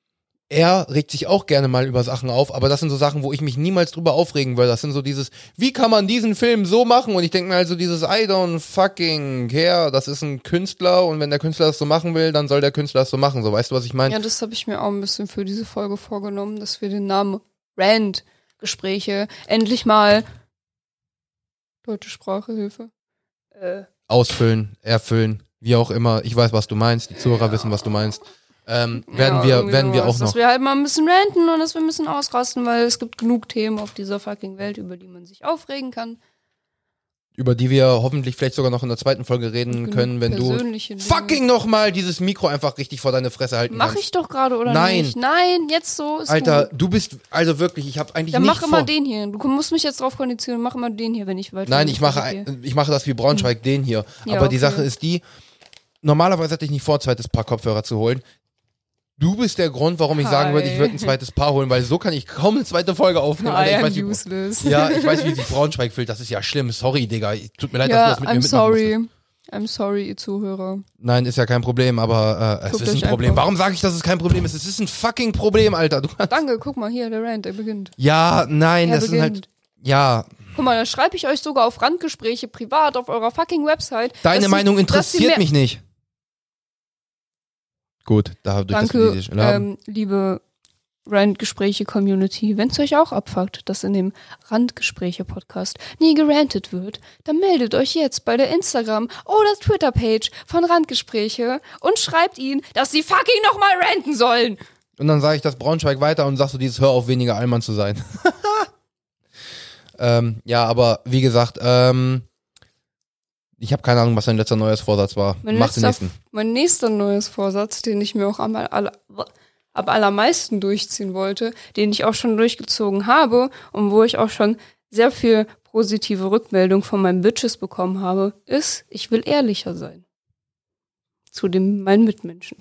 er regt sich auch gerne mal über Sachen auf, aber das sind so Sachen, wo ich mich niemals drüber aufregen würde. Das sind so dieses, wie kann man diesen Film so machen? Und ich denke mir also dieses, I don't fucking care. Das ist ein Künstler und wenn der Künstler das so machen will, dann soll der Künstler das so machen. So, weißt du, was ich meine? ja, das habe ich mir auch ein bisschen für diese Folge vorgenommen, dass wir den Namen Rant-Gespräche endlich mal deutsche Sprachehilfe. Ausfüllen, erfüllen, wie auch immer. Ich weiß, was du meinst. Die Zuhörer wissen, was du meinst. Werden wir auch noch. Dass wir halt mal ein bisschen ranten und dass wir ein bisschen ausrasten, weil es gibt genug Themen auf dieser fucking Welt, über die man sich aufregen kann. Über die wir hoffentlich vielleicht sogar noch in der zweiten Folge reden können, wenn du persönliche Dinge. fucking nochmal dieses Mikro einfach richtig vor deine Fresse halten Mach kannst. ich doch gerade, oder Nein. nicht? Nein, jetzt so ist Alter, gut. du bist, also wirklich, ich habe eigentlich Dann nicht mach immer vor. den hier. Du musst mich jetzt drauf konditionieren, mach immer den hier, wenn ich weit Nein, von ich mache das wie Braunschweig, den hier. Ja, Aber die okay. Sache ist die, normalerweise hatte ich nicht vor, zweites Paar Kopfhörer zu holen. Du bist der Grund, warum ich sagen würde, ich würde ein zweites Paar holen, weil so kann ich kaum eine zweite Folge aufnehmen. Alter, I ich am weiß, useless. ich weiß, wie sich Braunschweig fühlt. Das ist ja schlimm. Sorry, Digga. Tut mir leid, dass du Ja, das mit mir I'm mitmachen musstest. sorry. I'm sorry, ihr Zuhörer. Nein, ist ja kein Problem, aber es Guckt ist euch ein Problem. einfach- Warum sage ich, dass es kein Problem ist? Es ist ein fucking Problem, Alter. Danke, guck mal hier, der Rant, der beginnt. Ja, nein, Er das sind halt, beginnt. ja, Guck mal, da schreibe ich euch sogar auf Randgespräche privat auf eurer fucking Website. deine dass Meinung sie- dass sie interessiert mehr- mich nicht. Gut, dadurch, dass wir Danke, diese Stelle haben. liebe Randgespräche-Community. Wenn es euch auch abfuckt, dass in dem Randgespräche-Podcast nie gerantet wird, dann meldet euch jetzt bei der Instagram- oder Twitter-Page von Randgespräche und schreibt ihnen, dass sie fucking nochmal ranten sollen. Und dann sage ich das Braunschweig weiter und sagst du dieses, hör auf, weniger Allmann zu sein. Ja, aber wie gesagt, ich habe keine Ahnung, was dein letzter neues Vorsatz war. Mach den nächsten. Mein nächster neues Vorsatz, den ich mir auch am allermeisten durchziehen wollte, den ich auch schon durchgezogen habe und wo ich auch schon sehr viel positive Rückmeldung von meinen Bitches bekommen habe, ist, ich will ehrlicher sein. Zu meinen Mitmenschen.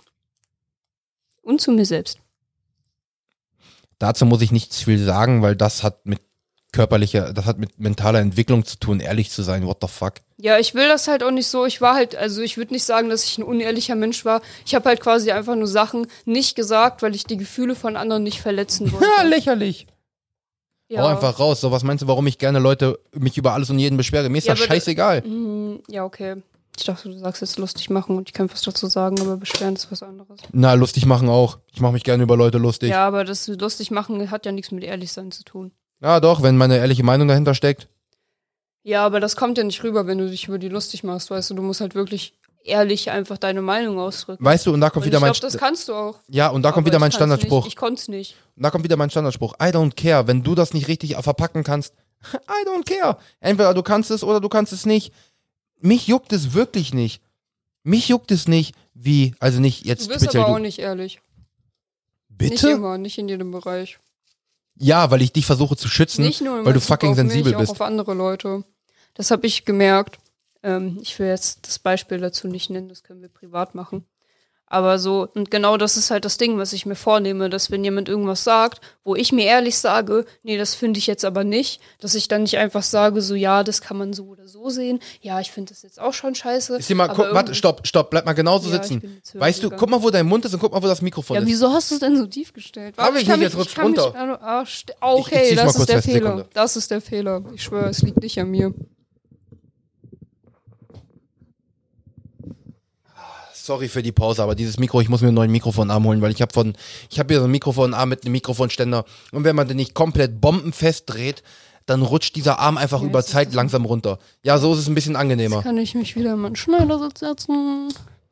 Und zu mir selbst. Dazu muss ich nicht viel sagen, weil das hat mit mentaler Entwicklung zu tun, ehrlich zu sein. What the fuck? Ja, ich will das halt auch nicht so. Ich würde nicht sagen, dass ich ein unehrlicher Mensch war. Ich habe halt quasi einfach nur Sachen nicht gesagt, weil ich die Gefühle von anderen nicht verletzen wollte. Ja, lächerlich. Ja. Hau einfach raus. So, was meinst du, warum ich gerne Leute mich über alles und jeden beschwere? Mir ist Ja, das aber scheißegal. Ja, okay. Ich dachte, du sagst jetzt lustig machen und ich kann was dazu sagen, aber beschweren ist was anderes. Na, lustig machen auch. Ich mache mich gerne über Leute lustig. Ja, aber das lustig machen hat ja nichts mit ehrlich sein zu tun. Ja, doch, wenn meine ehrliche Meinung dahinter steckt. Ja, aber das kommt ja nicht rüber, wenn du dich über die lustig machst, weißt du. Du musst halt wirklich ehrlich einfach deine Meinung ausdrücken. Weißt du, und da kommt Und wieder ich mein glaube, das kannst du auch. Ja, und da kommt Aber wieder mein ich kann's Standardspruch. Nicht. Ich konnte es nicht. Und da kommt wieder mein Standardspruch. I don't care. Wenn du das nicht richtig verpacken kannst, I don't care. Entweder du kannst es oder du kannst es nicht. Mich juckt es wirklich nicht. Mich juckt es nicht, wie, also nicht jetzt Du bist speziell aber du. auch nicht ehrlich. Bitte? Nicht immer, nicht in jedem Bereich. Ja, weil ich dich versuche zu schützen, Nicht nur in weil du Bezug fucking auf sensibel mich, bist. auch auf andere Leute. Das habe ich gemerkt. Ich will jetzt das Beispiel dazu nicht nennen, das können wir privat machen. Aber so, und genau das ist halt das Ding, was ich mir vornehme, dass wenn jemand irgendwas sagt, wo ich mir ehrlich sage, nee, das finde ich jetzt aber nicht, dass ich dann nicht einfach sage, so, ja, das kann man so oder so sehen. Ja, ich finde das jetzt auch schon scheiße. Ist hier mal, aber warte, stopp, bleib mal genauso Ja, ich sitzen. bin jetzt Weißt du, höriger. guck mal, wo dein Mund ist und guck mal, wo das Mikrofon Ja, ist. wieso hast du es denn so tief gestellt? Hab ich kann nicht, jetzt rutscht runter. Ich Okay, zieh's mal das kurz ist der fest, Fehler. Sekunde. Das ist der Fehler. Ich schwöre, es liegt nicht an mir. Sorry für die Pause, aber dieses Mikro, ich muss mir einen neuen Mikrofonarm holen, weil ich habe hier so einen Mikrofonarm mit einem Mikrofonständer und wenn man den nicht komplett bombenfest dreht, dann rutscht dieser Arm einfach über Zeit langsam runter. Ja, so ist es ein bisschen angenehmer. Jetzt kann ich mich wieder mal in den Schneidersitz setzen.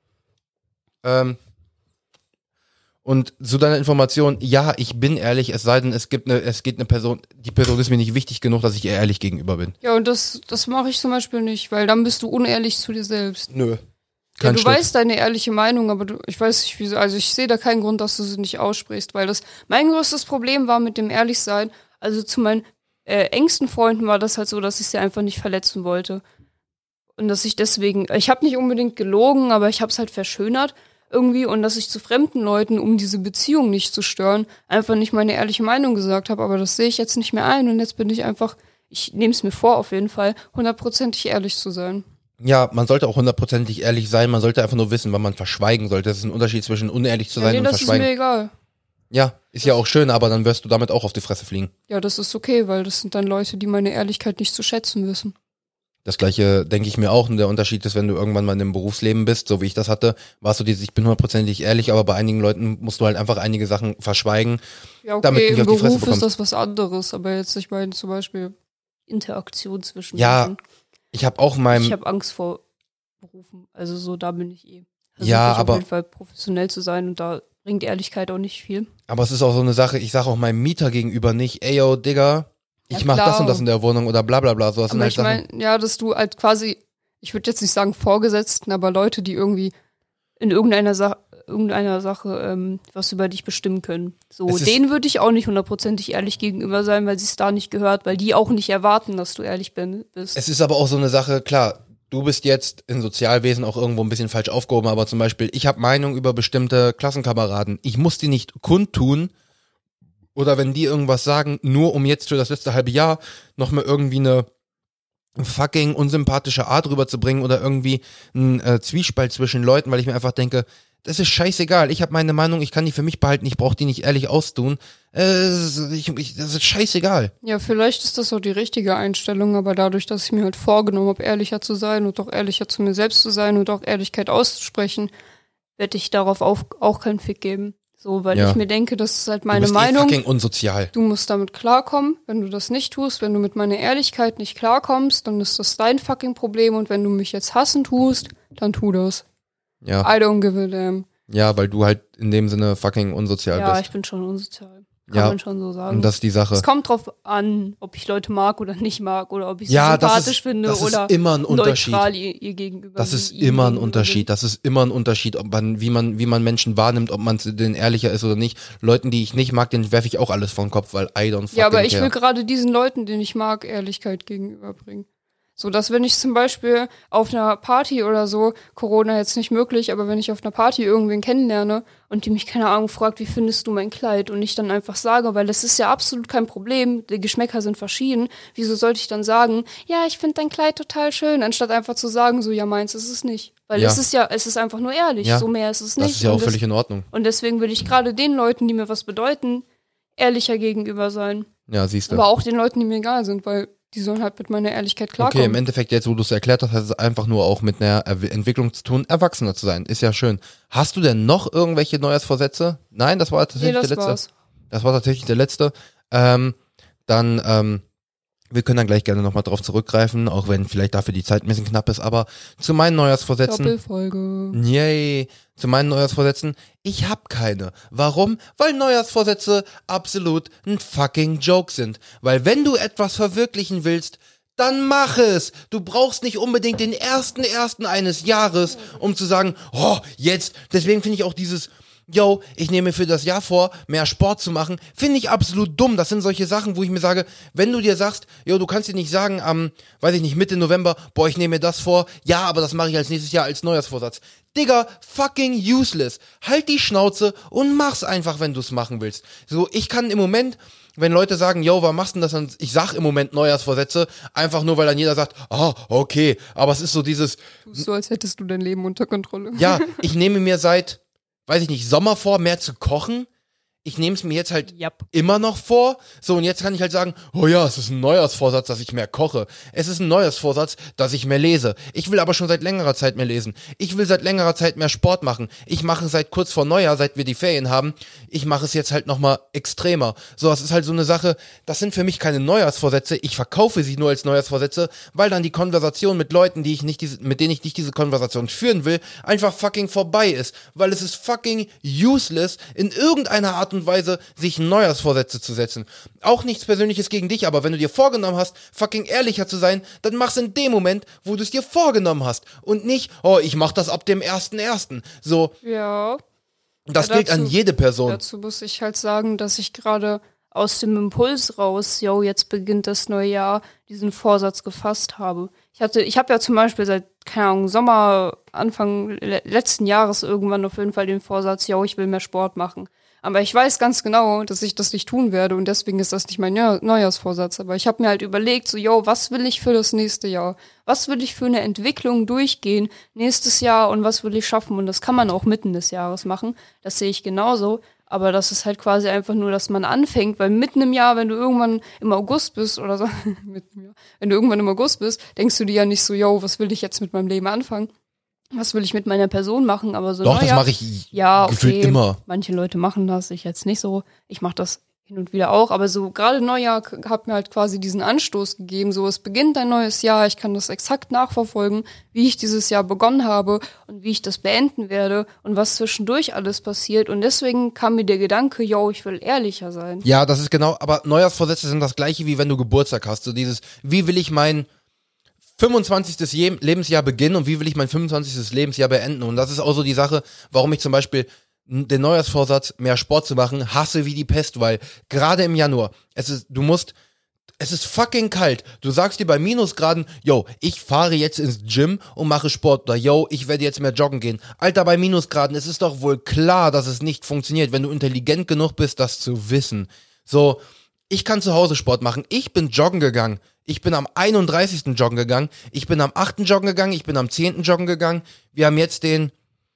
Und zu deiner Information, ja, ich bin ehrlich, es sei denn, es geht eine Person, die Person ist mir nicht wichtig genug, dass ich ihr ehrlich gegenüber bin. Ja, und das mache ich zum Beispiel nicht, weil dann bist du unehrlich zu dir selbst. Nö. Ja, du weißt deine ehrliche Meinung, aber ich weiß nicht, wieso, also ich sehe da keinen Grund, dass du sie nicht aussprichst, weil mein größtes Problem war mit dem Ehrlichsein, also zu meinen engsten Freunden war das halt so, dass ich sie einfach nicht verletzen wollte. Und dass ich deswegen, ich habe nicht unbedingt gelogen, aber ich habe es halt verschönert irgendwie und dass ich zu fremden Leuten, um diese Beziehung nicht zu stören, einfach nicht meine ehrliche Meinung gesagt habe, aber das sehe ich jetzt nicht mehr ein und jetzt bin ich einfach, ich nehme es mir vor auf jeden Fall, 100% ehrlich zu sein. Ja, man sollte auch 100% ehrlich sein, man sollte einfach nur wissen, wann man verschweigen sollte. Das ist ein Unterschied zwischen unehrlich zu sein und verschweigen. Das ist mir egal. Ja, ist ja auch schön, aber dann wirst du damit auch auf die Fresse fliegen. Ja, das ist okay, weil das sind dann Leute, die meine Ehrlichkeit nicht zu schätzen wissen. Das Gleiche denke ich mir auch. Und der Unterschied ist, wenn du irgendwann mal in einem Berufsleben bist, so wie ich das hatte, warst du ich bin 100% ehrlich, aber bei einigen Leuten musst du halt einfach einige Sachen verschweigen, ja, okay, damit du nicht auf die Fresse Beruf bekommst. ist das was anderes, aber jetzt, ich meine zum Beispiel Interaktion zwischen Menschen. Ich habe auch Ich habe Angst vor Berufen, also so, da bin ich Also ja, aber auf jeden Fall professionell zu sein und da bringt Ehrlichkeit auch nicht viel. Aber es ist auch so eine Sache, ich sage auch meinem Mieter gegenüber nicht, ey yo, Digga, ich mach das und das in der Wohnung oder bla bla bla. So, aber ich meine, ja, dass du halt quasi, ich würde jetzt nicht sagen Vorgesetzten, aber Leute, die irgendwie in irgendeiner Sache was über dich bestimmen können. So, denen würde ich auch nicht 100% ehrlich gegenüber sein, weil sie es da nicht gehört, weil die auch nicht erwarten, dass du ehrlich bist. Es ist aber auch so eine Sache, klar, du bist jetzt in Sozialwesen auch irgendwo ein bisschen falsch aufgehoben, aber zum Beispiel, ich habe Meinung über bestimmte Klassenkameraden. Ich muss die nicht kundtun oder wenn die irgendwas sagen, nur um jetzt für das letzte halbe Jahr nochmal irgendwie eine fucking unsympathische Art rüberzubringen oder irgendwie einen Zwiespalt zwischen Leuten, weil ich mir einfach denke, das ist scheißegal, ich habe meine Meinung, ich kann die für mich behalten, ich brauche die nicht ehrlich austun. Das ist scheißegal. Ja, vielleicht ist das auch die richtige Einstellung, aber dadurch, dass ich mir halt vorgenommen habe, ehrlicher zu sein und auch ehrlicher zu mir selbst zu sein und auch Ehrlichkeit auszusprechen, werde ich darauf auch keinen Fick geben. So, weil ich mir denke, das ist halt meine Meinung. Fucking unsozial. Du musst damit klarkommen. Wenn du das nicht tust, wenn du mit meiner Ehrlichkeit nicht klarkommst, dann ist das dein fucking Problem. Und wenn du mich jetzt hassen tust, dann tu das. Ja. I don't give a damn. Ja, weil du halt in dem Sinne fucking unsozial bist. Ja, ich bin schon unsozial. Kann man schon so sagen. Und das ist die Sache. Es kommt drauf an, ob ich Leute mag oder nicht mag oder ob ich sie sympathisch finde das oder ist immer ein Unterschied. Neutral ihr gegenüber. Das ist immer ein Unterschied. Das ist immer ein Unterschied, wie man Menschen wahrnimmt, ob man denen ehrlicher ist oder nicht. Leuten, die ich nicht mag, denen werfe ich auch alles vor den Kopf, weil I don't fucking Ja, aber ich care. will gerade diesen Leuten, denen ich mag, Ehrlichkeit gegenüberbringen. So, dass wenn ich zum Beispiel auf einer Party oder so, Corona jetzt nicht möglich, aber wenn ich auf einer Party irgendwen kennenlerne und die mich, keine Ahnung, fragt, wie findest du mein Kleid? Und ich dann einfach sage, weil das ist ja absolut kein Problem, die Geschmäcker sind verschieden, wieso sollte ich dann sagen, ja, ich finde dein Kleid total schön, anstatt einfach zu sagen, so, ja, meins ist es nicht. Weil es ist einfach nur ehrlich, so mehr ist es nicht. Das ist ja auch völlig in Ordnung. Und deswegen will ich gerade den Leuten, die mir was bedeuten, ehrlicher gegenüber sein. Ja, siehst du. Aber auch den Leuten, die mir egal sind, weil die sollen halt mit meiner Ehrlichkeit klarkommen. Okay, im Endeffekt jetzt, wo du es erklärt hast, hat es einfach nur auch mit einer Entwicklung zu tun, erwachsener zu sein. Ist ja schön. Hast du denn noch irgendwelche Neujahrsvorsätze? Nein, das war tatsächlich der letzte. War's. Das war tatsächlich der letzte. Wir können dann gleich gerne nochmal drauf zurückgreifen, auch wenn vielleicht dafür die Zeit ein bisschen knapp ist, aber zu meinen Neujahrsvorsätzen. Doppelfolge. Yay. Zu meinen Neujahrsvorsätzen. Ich hab keine. Warum? Weil Neujahrsvorsätze absolut ein fucking Joke sind. Weil wenn du etwas verwirklichen willst, dann mach es. Du brauchst nicht unbedingt den 1.1. eines Jahres, um zu sagen, oh, jetzt. Deswegen finde ich auch dieses, yo, ich nehme mir für das Jahr vor, mehr Sport zu machen, finde ich absolut dumm. Das sind solche Sachen, wo ich mir sage, wenn du dir sagst, yo, du kannst dir nicht sagen, weiß ich nicht, Mitte November, boah, ich nehme mir das vor, ja, aber das mache ich als nächstes Jahr als Neujahrsvorsatz. Digga, fucking useless. Halt die Schnauze und mach's einfach, wenn du's machen willst. So, ich kann im Moment, wenn Leute sagen, yo, warum machst du denn das? Ich sag im Moment Neujahrsvorsätze, einfach nur, weil dann jeder sagt, okay, aber es ist so dieses... Tust so, als hättest du dein Leben unter Kontrolle. Ja, ich nehme mir seit, weiß ich nicht, Sommer vor, mehr zu kochen. ich nehme es mir jetzt halt Yep. immer noch vor. So, und jetzt kann ich halt sagen, oh ja, es ist ein Neujahrsvorsatz, dass ich mehr koche. Es ist ein Neujahrsvorsatz, dass ich mehr lese. Ich will aber schon seit längerer Zeit mehr lesen. Ich will seit längerer Zeit mehr Sport machen. Ich mache seit kurz vor Neujahr, seit wir die Ferien haben, ich mache es jetzt halt nochmal extremer. So, das ist halt so eine Sache, das sind für mich keine Neujahrsvorsätze. Ich verkaufe sie nur als Neujahrsvorsätze, weil dann die Konversation mit Leuten, mit denen ich nicht diese Konversation führen will, einfach fucking vorbei ist. Weil es ist fucking useless, in irgendeiner Art und Weise sich Neujahrsvorsätze zu setzen. Auch nichts Persönliches gegen dich, aber wenn du dir vorgenommen hast, fucking ehrlicher zu sein, dann mach's in dem Moment, wo du es dir vorgenommen hast. Und nicht, oh, ich mach das ab dem 1.1. So, Ja. das Ja, gilt an jede Person. Dazu muss ich halt sagen, dass ich gerade aus dem Impuls raus, jetzt beginnt das neue Jahr, diesen Vorsatz gefasst habe. Ich habe ja zum Beispiel seit, keine Ahnung, Sommer, Anfang letzten Jahres irgendwann auf jeden Fall den Vorsatz, ich will mehr Sport machen. Aber ich weiß ganz genau, dass ich das nicht tun werde und deswegen ist das nicht mein Neujahrsvorsatz. Aber ich habe mir halt überlegt, was will ich für das nächste Jahr? Was will ich für eine Entwicklung durchgehen nächstes Jahr und was will ich schaffen? Und das kann man auch mitten des Jahres machen. Das sehe ich genauso. Aber das ist halt quasi einfach nur, dass man anfängt, weil mitten im Jahr, wenn du irgendwann im August bist oder so, wenn du irgendwann im August bist, denkst du dir ja nicht so, was will ich jetzt mit meinem Leben anfangen? Was will ich mit meiner Person machen? Aber so Doch, das mache ich gefühlt immer. Manche Leute machen das, ich jetzt nicht so. Ich mache das hin und wieder auch, aber so gerade Neujahr hat mir halt quasi diesen Anstoß gegeben, so es beginnt ein neues Jahr, ich kann das exakt nachverfolgen, wie ich dieses Jahr begonnen habe und wie ich das beenden werde und was zwischendurch alles passiert und deswegen kam mir der Gedanke, ich will ehrlicher sein. Ja, das ist genau, aber Neujahrsvorsätze sind das gleiche, wie wenn du Geburtstag hast, so dieses, wie will ich mein 25. Lebensjahr beginnen und wie will ich mein 25. Lebensjahr beenden und das ist auch so die Sache, warum ich zum Beispiel den Neujahrsvorsatz, mehr Sport zu machen, hasse wie die Pest, weil gerade im Januar, es ist fucking kalt. Du sagst dir bei Minusgraden, ich fahre jetzt ins Gym und mache Sport oder ich werde jetzt mehr joggen gehen. Alter, bei Minusgraden, es ist doch wohl klar, dass es nicht funktioniert, wenn du intelligent genug bist, das zu wissen. So, ich kann zu Hause Sport machen. Ich bin joggen gegangen. Ich bin am 31. joggen gegangen. Ich bin am 8. joggen gegangen. Ich bin am 10. joggen gegangen. Wir haben jetzt den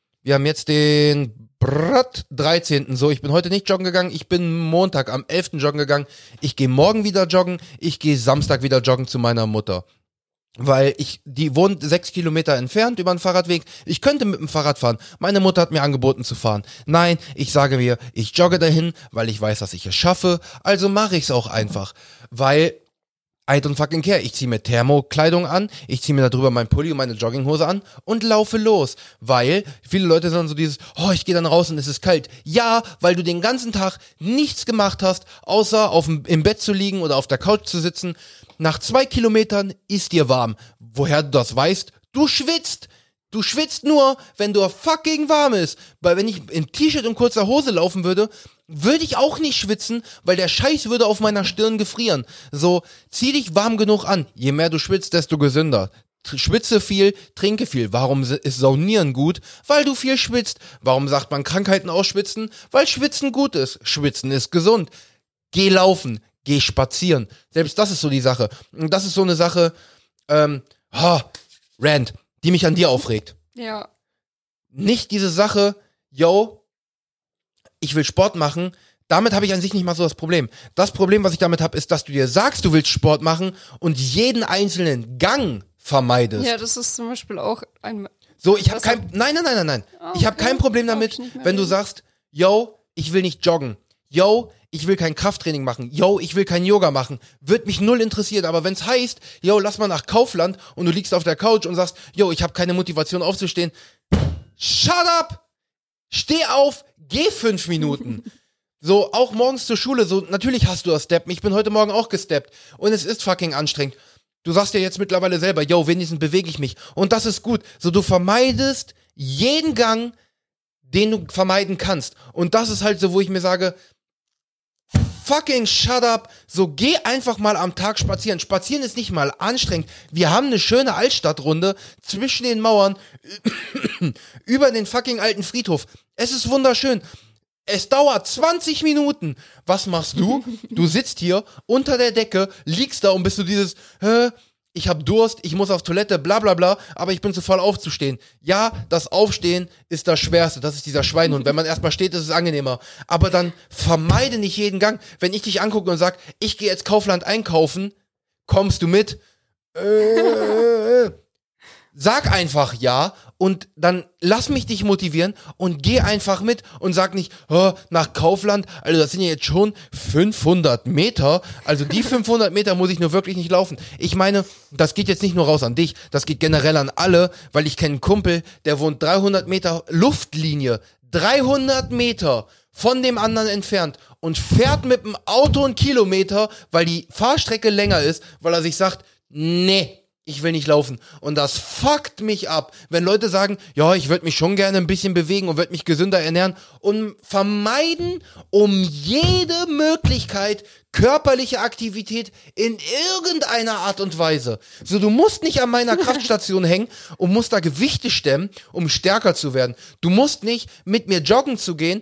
13. So, ich bin heute nicht joggen gegangen, ich bin Montag am 11. joggen gegangen, ich gehe morgen wieder joggen, ich gehe Samstag wieder joggen zu meiner Mutter. Weil die wohnt 6 Kilometer entfernt über den Fahrradweg, ich könnte mit dem Fahrrad fahren, meine Mutter hat mir angeboten zu fahren. Nein, ich sage mir, ich jogge dahin, weil ich weiß, dass ich es schaffe, also mache ich es auch einfach. Weil I don't fucking care. Ich ziehe mir Thermokleidung an, ich ziehe mir darüber mein Pulli und meine Jogginghose an und laufe los. Weil viele Leute sagen so dieses, ich gehe dann raus und es ist kalt. Ja, weil du den ganzen Tag nichts gemacht hast, außer im Bett zu liegen oder auf der Couch zu sitzen. Nach 2 Kilometern ist dir warm. Woher du das weißt? Du schwitzt. Du schwitzt nur, wenn du fucking warm ist. Weil wenn ich im T-Shirt und kurzer Hose laufen würde ich auch nicht schwitzen, weil der Scheiß würde auf meiner Stirn gefrieren. So, zieh dich warm genug an. Je mehr du schwitzt, desto gesünder. Schwitze viel, trinke viel. Warum ist Saunieren gut? Weil du viel schwitzt. Warum sagt man Krankheiten ausschwitzen? Weil Schwitzen gut ist. Schwitzen ist gesund. Geh laufen, geh spazieren. Selbst das ist so die Sache. Und das ist so eine Sache, Rand, die mich an dir aufregt. Ja. Nicht diese Sache, ich will Sport machen, damit habe ich an sich nicht mal so das Problem. Das Problem, was ich damit habe, ist, dass du dir sagst, du willst Sport machen und jeden einzelnen Gang vermeidest. Ja, das ist zum Beispiel auch ein... So, ich habe Nein. Ich habe kein Problem damit, wenn du sagst, ich will nicht joggen. Ich will kein Krafttraining machen. Ich will kein Yoga machen. Wird mich null interessieren. Aber wenn's heißt, lass mal nach Kaufland und du liegst auf der Couch und sagst, ich habe keine Motivation aufzustehen. Shut up! Steh auf, geh 5 Minuten. So, auch morgens zur Schule, so, natürlich hast du das Steppen. Ich bin heute Morgen auch gesteppt. Und es ist fucking anstrengend. Du sagst ja jetzt mittlerweile selber, wenigstens bewege ich mich. Und das ist gut. So, du vermeidest jeden Gang, den du vermeiden kannst. Und das ist halt so, wo ich mir sage, fucking shut up. So, geh einfach mal am Tag spazieren. Spazieren ist nicht mal anstrengend. Wir haben eine schöne Altstadtrunde zwischen den Mauern über den fucking alten Friedhof. Es ist wunderschön. Es dauert 20 Minuten. Was machst du? Du sitzt hier unter der Decke, liegst da und bist du dieses, ich habe Durst, ich muss auf Toilette, bla bla bla, aber ich bin zu voll aufzustehen. Ja, das Aufstehen ist das Schwerste, das ist dieser Schweinehund. Wenn man erstmal steht, ist es angenehmer. Aber dann vermeide nicht jeden Gang. Wenn ich dich angucke und sag, ich gehe jetzt Kaufland einkaufen, kommst du mit? Sag einfach ja und dann lass mich dich motivieren und geh einfach mit und sag nicht, nach Kaufland, also das sind ja jetzt schon 500 Meter, also die 500 Meter muss ich nur wirklich nicht laufen. Ich meine, das geht jetzt nicht nur raus an dich, das geht generell an alle, weil ich kenne einen Kumpel, der wohnt 300 Meter Luftlinie, 300 Meter von dem anderen entfernt und fährt mit dem Auto einen Kilometer, weil die Fahrstrecke länger ist, weil er sich sagt, nee, ich will nicht laufen. Und das fuckt mich ab, wenn Leute sagen, ja, ich würde mich schon gerne ein bisschen bewegen und würde mich gesünder ernähren und vermeiden um jede Möglichkeit körperliche Aktivität in irgendeiner Art und Weise. So, du musst nicht an meiner Kraftstation hängen und musst da Gewichte stemmen, um stärker zu werden. Du musst nicht mit mir joggen zu gehen,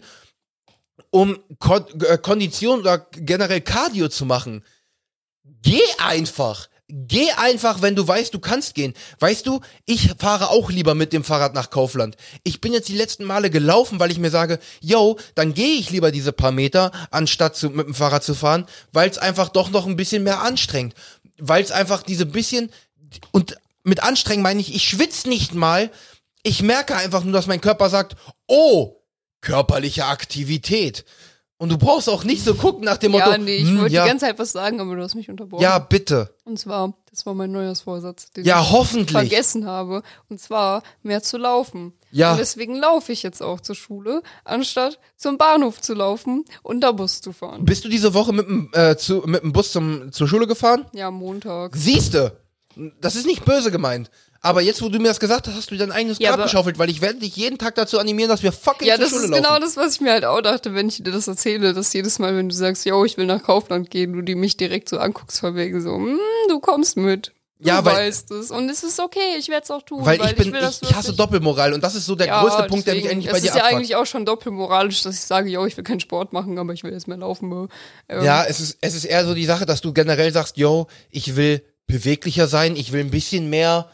um Kondition oder generell Cardio zu machen. Geh einfach, wenn du weißt, du kannst gehen. Weißt du, ich fahre auch lieber mit dem Fahrrad nach Kaufland. Ich bin jetzt die letzten Male gelaufen, weil ich mir sage, yo, dann gehe ich lieber diese paar Meter, anstatt mit dem Fahrrad zu fahren, weil es einfach doch noch ein bisschen mehr anstrengt. Weil es einfach diese bisschen, und mit anstrengend meine ich schwitze nicht mal, ich merke einfach nur, dass mein Körper sagt, oh, körperliche Aktivität. Und du brauchst auch nicht so gucken nach dem Motto, ja, nee, ich wollte die ganze Zeit was sagen, aber du hast mich unterbrochen. Ja, bitte. Und zwar, das war mein Neujahrsvorsatz, den ja, ich hoffentlich vergessen habe. Und zwar, mehr zu laufen. Ja. Und deswegen laufe ich jetzt auch zur Schule, anstatt zum Bahnhof zu laufen und da Bus zu fahren. Bist du diese Woche mit dem Bus zur Schule gefahren? Ja, Montag. Siehste, das ist nicht böse gemeint. Aber jetzt, wo du mir das gesagt hast, hast du dein eigenes Grab geschaufelt, weil ich werde dich jeden Tag dazu animieren, dass wir fucking zur Schule laufen. Ja, das ist genau das, was ich mir halt auch dachte, wenn ich dir das erzähle, dass jedes Mal, wenn du sagst, yo, ich will nach Kaufland gehen, du mich direkt so anguckst, von wegen so, du kommst mit. Du weißt es. Und es ist okay, ich werde es auch tun. Weil ich hasse Doppelmoral und das ist so der größte Punkt, der mich eigentlich bei dir abfuckt. Es ist ja eigentlich auch schon doppelmoralisch, dass ich sage, yo, ich will keinen Sport machen, aber ich will jetzt mehr laufen. Ja, es ist eher so die Sache, dass du generell sagst, yo, ich will beweglicher sein, ich will ein bisschen mehr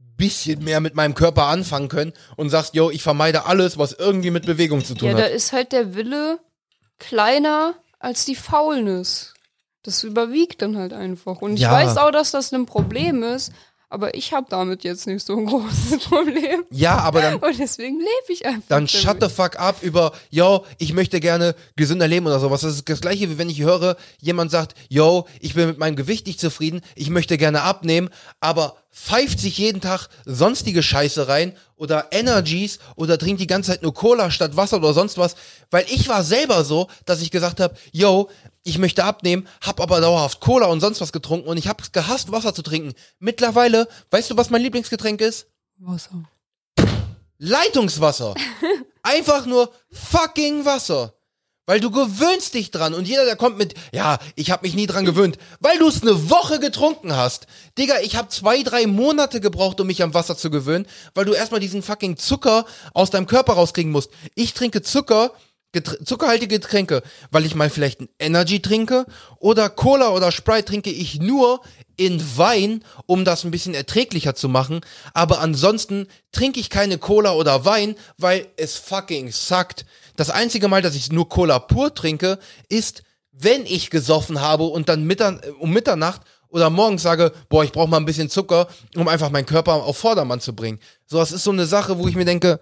mit meinem Körper anfangen können und sagst, yo, ich vermeide alles, was irgendwie mit Bewegung zu tun hat. Ja, da ist halt der Wille kleiner als die Faulness. Das überwiegt dann halt einfach. Und ich weiß auch, dass das ein Problem ist, aber ich habe damit jetzt nicht so ein großes Problem. Ja, aber dann... Und deswegen lebe ich einfach Dann shut the fuck up über, yo, ich möchte gerne gesünder leben oder sowas. Das ist das Gleiche, wie wenn ich höre, jemand sagt, yo, ich bin mit meinem Gewicht nicht zufrieden, ich möchte gerne abnehmen, aber pfeift sich jeden Tag sonstige Scheiße rein oder Energies oder trinkt die ganze Zeit nur Cola statt Wasser oder sonst was. Weil ich war selber so, dass ich gesagt habe, yo, ich möchte abnehmen, hab aber dauerhaft Cola und sonst was getrunken und ich hab's gehasst, Wasser zu trinken. Mittlerweile, weißt du, was mein Lieblingsgetränk ist? Wasser. Leitungswasser. Einfach nur fucking Wasser. Weil du gewöhnst dich dran und jeder, der kommt mit, ja, ich hab mich nie dran gewöhnt, weil du es eine Woche getrunken hast. Digga, ich hab 2-3 Monate gebraucht, um mich am Wasser zu gewöhnen, weil du erstmal diesen fucking Zucker aus deinem Körper rauskriegen musst. Ich trinke zuckerhaltige Getränke, weil ich mal vielleicht ein Energy trinke oder Cola oder Sprite trinke ich nur in Wein, um das ein bisschen erträglicher zu machen, aber ansonsten trinke ich keine Cola oder Wein, weil es fucking suckt. Das einzige Mal, dass ich nur Cola pur trinke, ist, wenn ich gesoffen habe und dann um Mitternacht oder morgens sage, boah, ich brauche mal ein bisschen Zucker, um einfach meinen Körper auf Vordermann zu bringen. So, das ist so eine Sache, wo ich mir denke,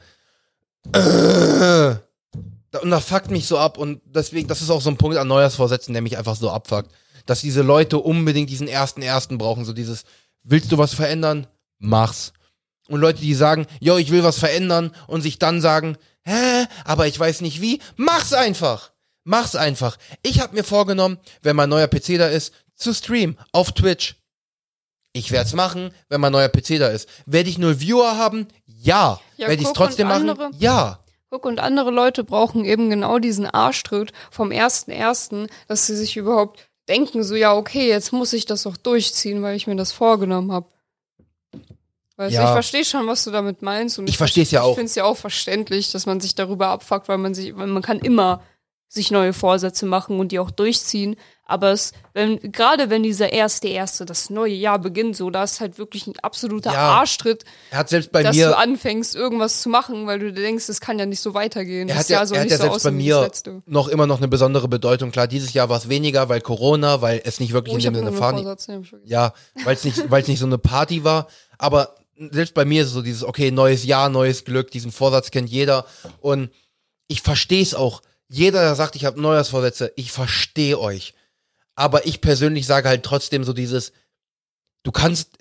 und das fuckt mich so ab und deswegen, das ist auch so ein Punkt an Neujahrsvorsätzen, der mich einfach so abfuckt. Dass diese Leute unbedingt diesen 1.1. brauchen, so dieses, willst du was verändern? Mach's. Und Leute, die sagen, yo, ich will was verändern und sich dann sagen, aber ich weiß nicht wie, mach's einfach. Mach's einfach. Ich habe mir vorgenommen, wenn mein neuer PC da ist, zu streamen auf Twitch. Ich werd's machen, wenn mein neuer PC da ist. Werde ich 0 Viewer haben? Ja. Werde ich's trotzdem machen? Ja. Guck, und andere Leute brauchen eben genau diesen Arschtritt vom 1.1., dass sie sich überhaupt denken, so, ja, okay, jetzt muss ich das auch durchziehen, weil ich mir das vorgenommen habe. Weißt du, ich verstehe schon, was du damit meinst. Und ich verstehe es ja auch. Ich finde es ja auch verständlich, dass man sich darüber abfuckt, weil man kann immer sich neue Vorsätze machen und die auch durchziehen. Aber gerade wenn dieser erste, das neue Jahr beginnt, so, da ist halt wirklich ein absoluter Arschtritt, er hat selbst bei dass mir, du anfängst, irgendwas zu machen, weil du dir denkst, das kann ja nicht so weitergehen. er Das hat ja, Jahr soll er hat nicht ja so selbst bei aussehen wie mir das letzte. noch immer noch eine besondere Bedeutung. Klar, dieses Jahr war es weniger, weil Corona, weil es nicht wirklich Oh, in ich dem hab Sinne nur einen Vorsatz, den hab ich vergessen. Ja, weil es nicht so eine Party war. Aber selbst bei mir ist es so dieses, okay, neues Jahr, neues Glück, diesen Vorsatz kennt jeder. Und ich verstehe es auch. Jeder, der sagt, ich habe Neujahrsvorsätze, ich verstehe euch. Aber ich persönlich sage halt trotzdem so dieses, du kannst,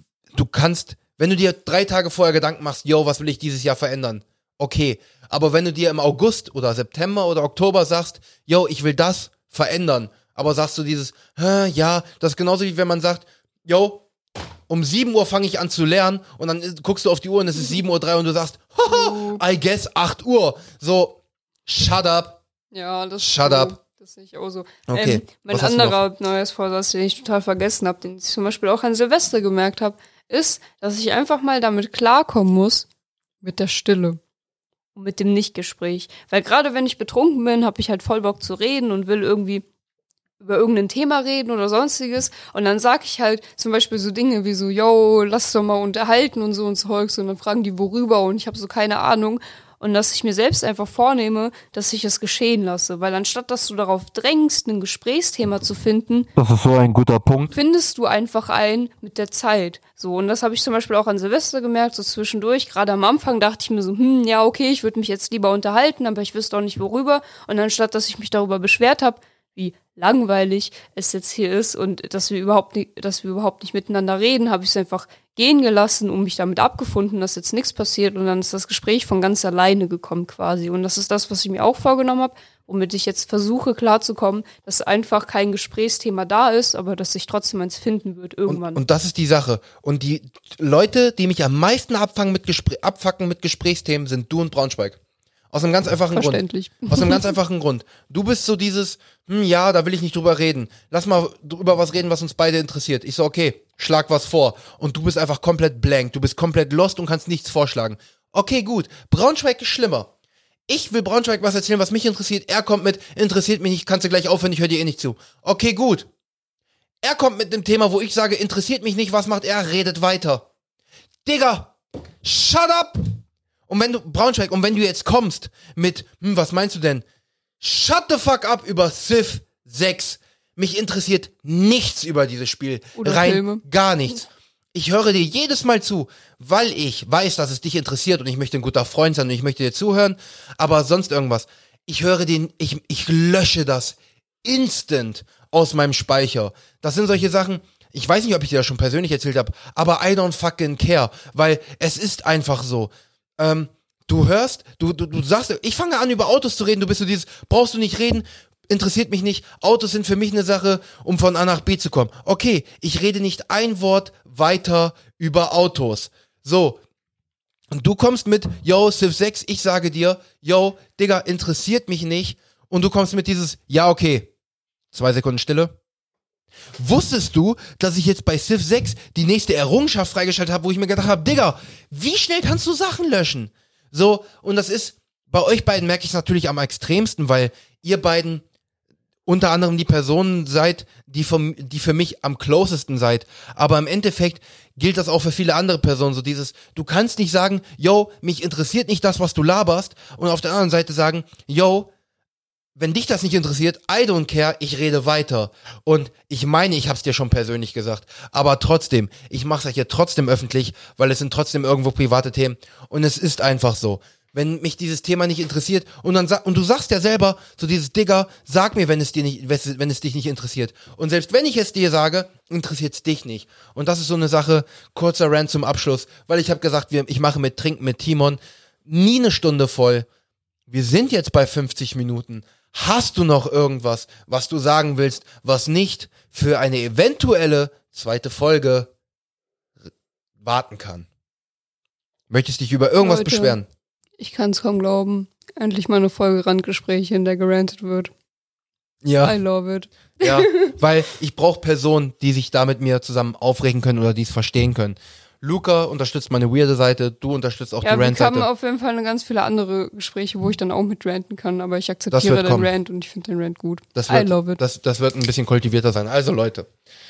wenn du dir 3 Tage vorher Gedanken machst, yo, was will ich dieses Jahr verändern? Okay. Aber wenn du dir im August oder September oder Oktober sagst, yo, ich will das verändern, aber sagst du dieses, ja, das ist genauso wie wenn man sagt, yo, um 7 Uhr fange ich an zu lernen und dann guckst du auf die Uhr und es ist 7:03 Uhr und du sagst, haha, I guess 8 Uhr. So, shut up. Ja, das Shut up. Das sehe ich auch so. Okay, Mein was hast du anderer neues Vorsatz, den ich total vergessen habe, den ich zum Beispiel auch an Silvester gemerkt habe, ist, dass ich einfach mal damit klarkommen muss, mit der Stille und mit dem Nichtgespräch. Weil gerade wenn ich betrunken bin, habe ich halt voll Bock zu reden und will irgendwie über irgendein Thema reden oder sonstiges. Und dann sag ich halt zum Beispiel so Dinge wie so, yo, lass doch mal unterhalten und so und Zeugs. Und dann fragen die, worüber? Und ich habe so keine Ahnung. Und dass ich mir selbst einfach vornehme, dass ich es geschehen lasse. Weil anstatt, dass du darauf drängst, ein Gesprächsthema zu finden, Das ist so ein guter Punkt. findest du einfach ein mit der Zeit. So, und das habe ich zum Beispiel auch an Silvester gemerkt, so zwischendurch. Gerade am Anfang dachte ich mir so, ja, okay, ich würde mich jetzt lieber unterhalten, aber ich wüsste auch nicht, worüber. Und anstatt, dass ich mich darüber beschwert habe, wie langweilig es jetzt hier ist und dass wir überhaupt nicht miteinander reden, habe ich es einfach gehen gelassen und mich damit abgefunden, dass jetzt nichts passiert und dann ist das Gespräch von ganz alleine gekommen quasi. Und das ist das, was ich mir auch vorgenommen habe, womit ich jetzt versuche klarzukommen, dass einfach kein Gesprächsthema da ist, aber dass sich trotzdem eins finden wird irgendwann. Und das ist die Sache. Und die Leute, die mich am meisten abfacken mit Gesprächsthemen, sind du und Braunschweig. Aus einem ganz einfachen Grund. Verständlich. Aus einem ganz einfachen Grund. Du bist so dieses, ja, da will ich nicht drüber reden. Lass mal über was reden, was uns beide interessiert. Ich so, okay, schlag was vor. Und du bist einfach komplett blank. Du bist komplett lost und kannst nichts vorschlagen. Okay, gut. Braunschweig ist schlimmer. Ich will Braunschweig was erzählen, was mich interessiert. Er kommt mit, interessiert mich nicht, kannst du gleich aufhören, ich höre dir eh nicht zu. Okay, gut. Er kommt mit einem Thema, wo ich sage, interessiert mich nicht, was macht er? Redet weiter. Digga, shut up! Und wenn du, Braunschweig, und wenn du jetzt kommst mit, was meinst du denn? Shut the fuck up über Civ 6. Mich interessiert nichts über dieses Spiel. Oder rein Filme. Gar nichts. Ich höre dir jedes Mal zu, weil ich weiß, dass es dich interessiert und ich möchte ein guter Freund sein und ich möchte dir zuhören, aber sonst irgendwas. Ich höre den, ich lösche das instant aus meinem Speicher. Das sind solche Sachen, ich weiß nicht, ob ich dir das schon persönlich erzählt habe, aber I don't fucking care, weil es ist einfach so. Du hörst, du sagst, ich fange an über Autos zu reden, du bist so dieses, brauchst du nicht reden, interessiert mich nicht, Autos sind für mich eine Sache, um von A nach B zu kommen. Okay, ich rede nicht ein Wort weiter über Autos. So, und du kommst mit, yo, Civ 6, ich sage dir, yo, Digga, interessiert mich nicht, und du kommst mit dieses, ja, okay, 2 Sekunden Stille. Wusstest du, dass ich jetzt bei Civ 6 die nächste Errungenschaft freigeschaltet habe, wo ich mir gedacht habe, Digga, wie schnell kannst du Sachen löschen? So, und das ist, bei euch beiden merke ich es natürlich am extremsten, weil ihr beiden unter anderem die Personen seid, die für mich am closesten seid. Aber im Endeffekt gilt das auch für viele andere Personen. So dieses, du kannst nicht sagen, yo, mich interessiert nicht das, was du laberst, und auf der anderen Seite sagen, yo, wenn dich das nicht interessiert, I don't care, ich rede weiter. Und ich meine, ich hab's dir schon persönlich gesagt, aber trotzdem, ich mach's euch hier trotzdem öffentlich, weil es sind trotzdem irgendwo private Themen und es ist einfach so. Wenn mich dieses Thema nicht interessiert und du sagst ja selber, so dieses Digga, sag mir, wenn es dich nicht interessiert. Und selbst wenn ich es dir sage, interessiert's dich nicht. Und das ist so eine Sache, kurzer Rant zum Abschluss, weil ich habe gesagt, ich mache mit Trinken mit Timon nie eine Stunde voll. Wir sind jetzt bei 50 Minuten. Hast du noch irgendwas, was du sagen willst, was nicht für eine eventuelle zweite Folge warten kann? Möchtest dich über irgendwas Leute, beschweren? Ich kann es kaum glauben. Endlich mal eine Folge Randgespräche, in der gerantet wird. Ja. I love it. Ja, weil ich brauche Personen, die sich da mit mir zusammen aufregen können oder die es verstehen können. Luca unterstützt meine weirde Seite, du unterstützt auch die Ja, wir Rant-Seite. haben auf jeden Fall ganz viele andere Gespräche, wo ich dann auch mit ranten kann, aber ich Das akzeptiere wird den kommen. Rant und ich finde den Rant gut. Das I wird, love it. das wird ein bisschen kultivierter sein. Also Leute,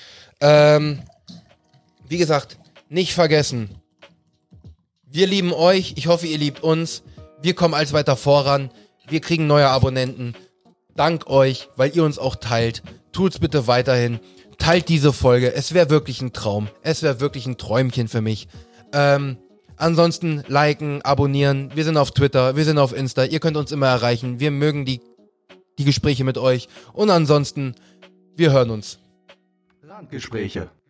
wie gesagt, nicht vergessen, wir lieben euch, ich hoffe, ihr liebt uns, wir kommen als weiter voran, wir kriegen neue Abonnenten, dank euch, weil ihr uns auch teilt, tut's bitte weiterhin, teilt diese Folge, es wäre wirklich ein Traum, es wäre wirklich ein Träumchen für mich. Ansonsten liken, abonnieren, wir sind auf Twitter, wir sind auf Insta, ihr könnt uns immer erreichen, wir mögen die Gespräche mit euch und ansonsten, wir hören uns. Randgespräche.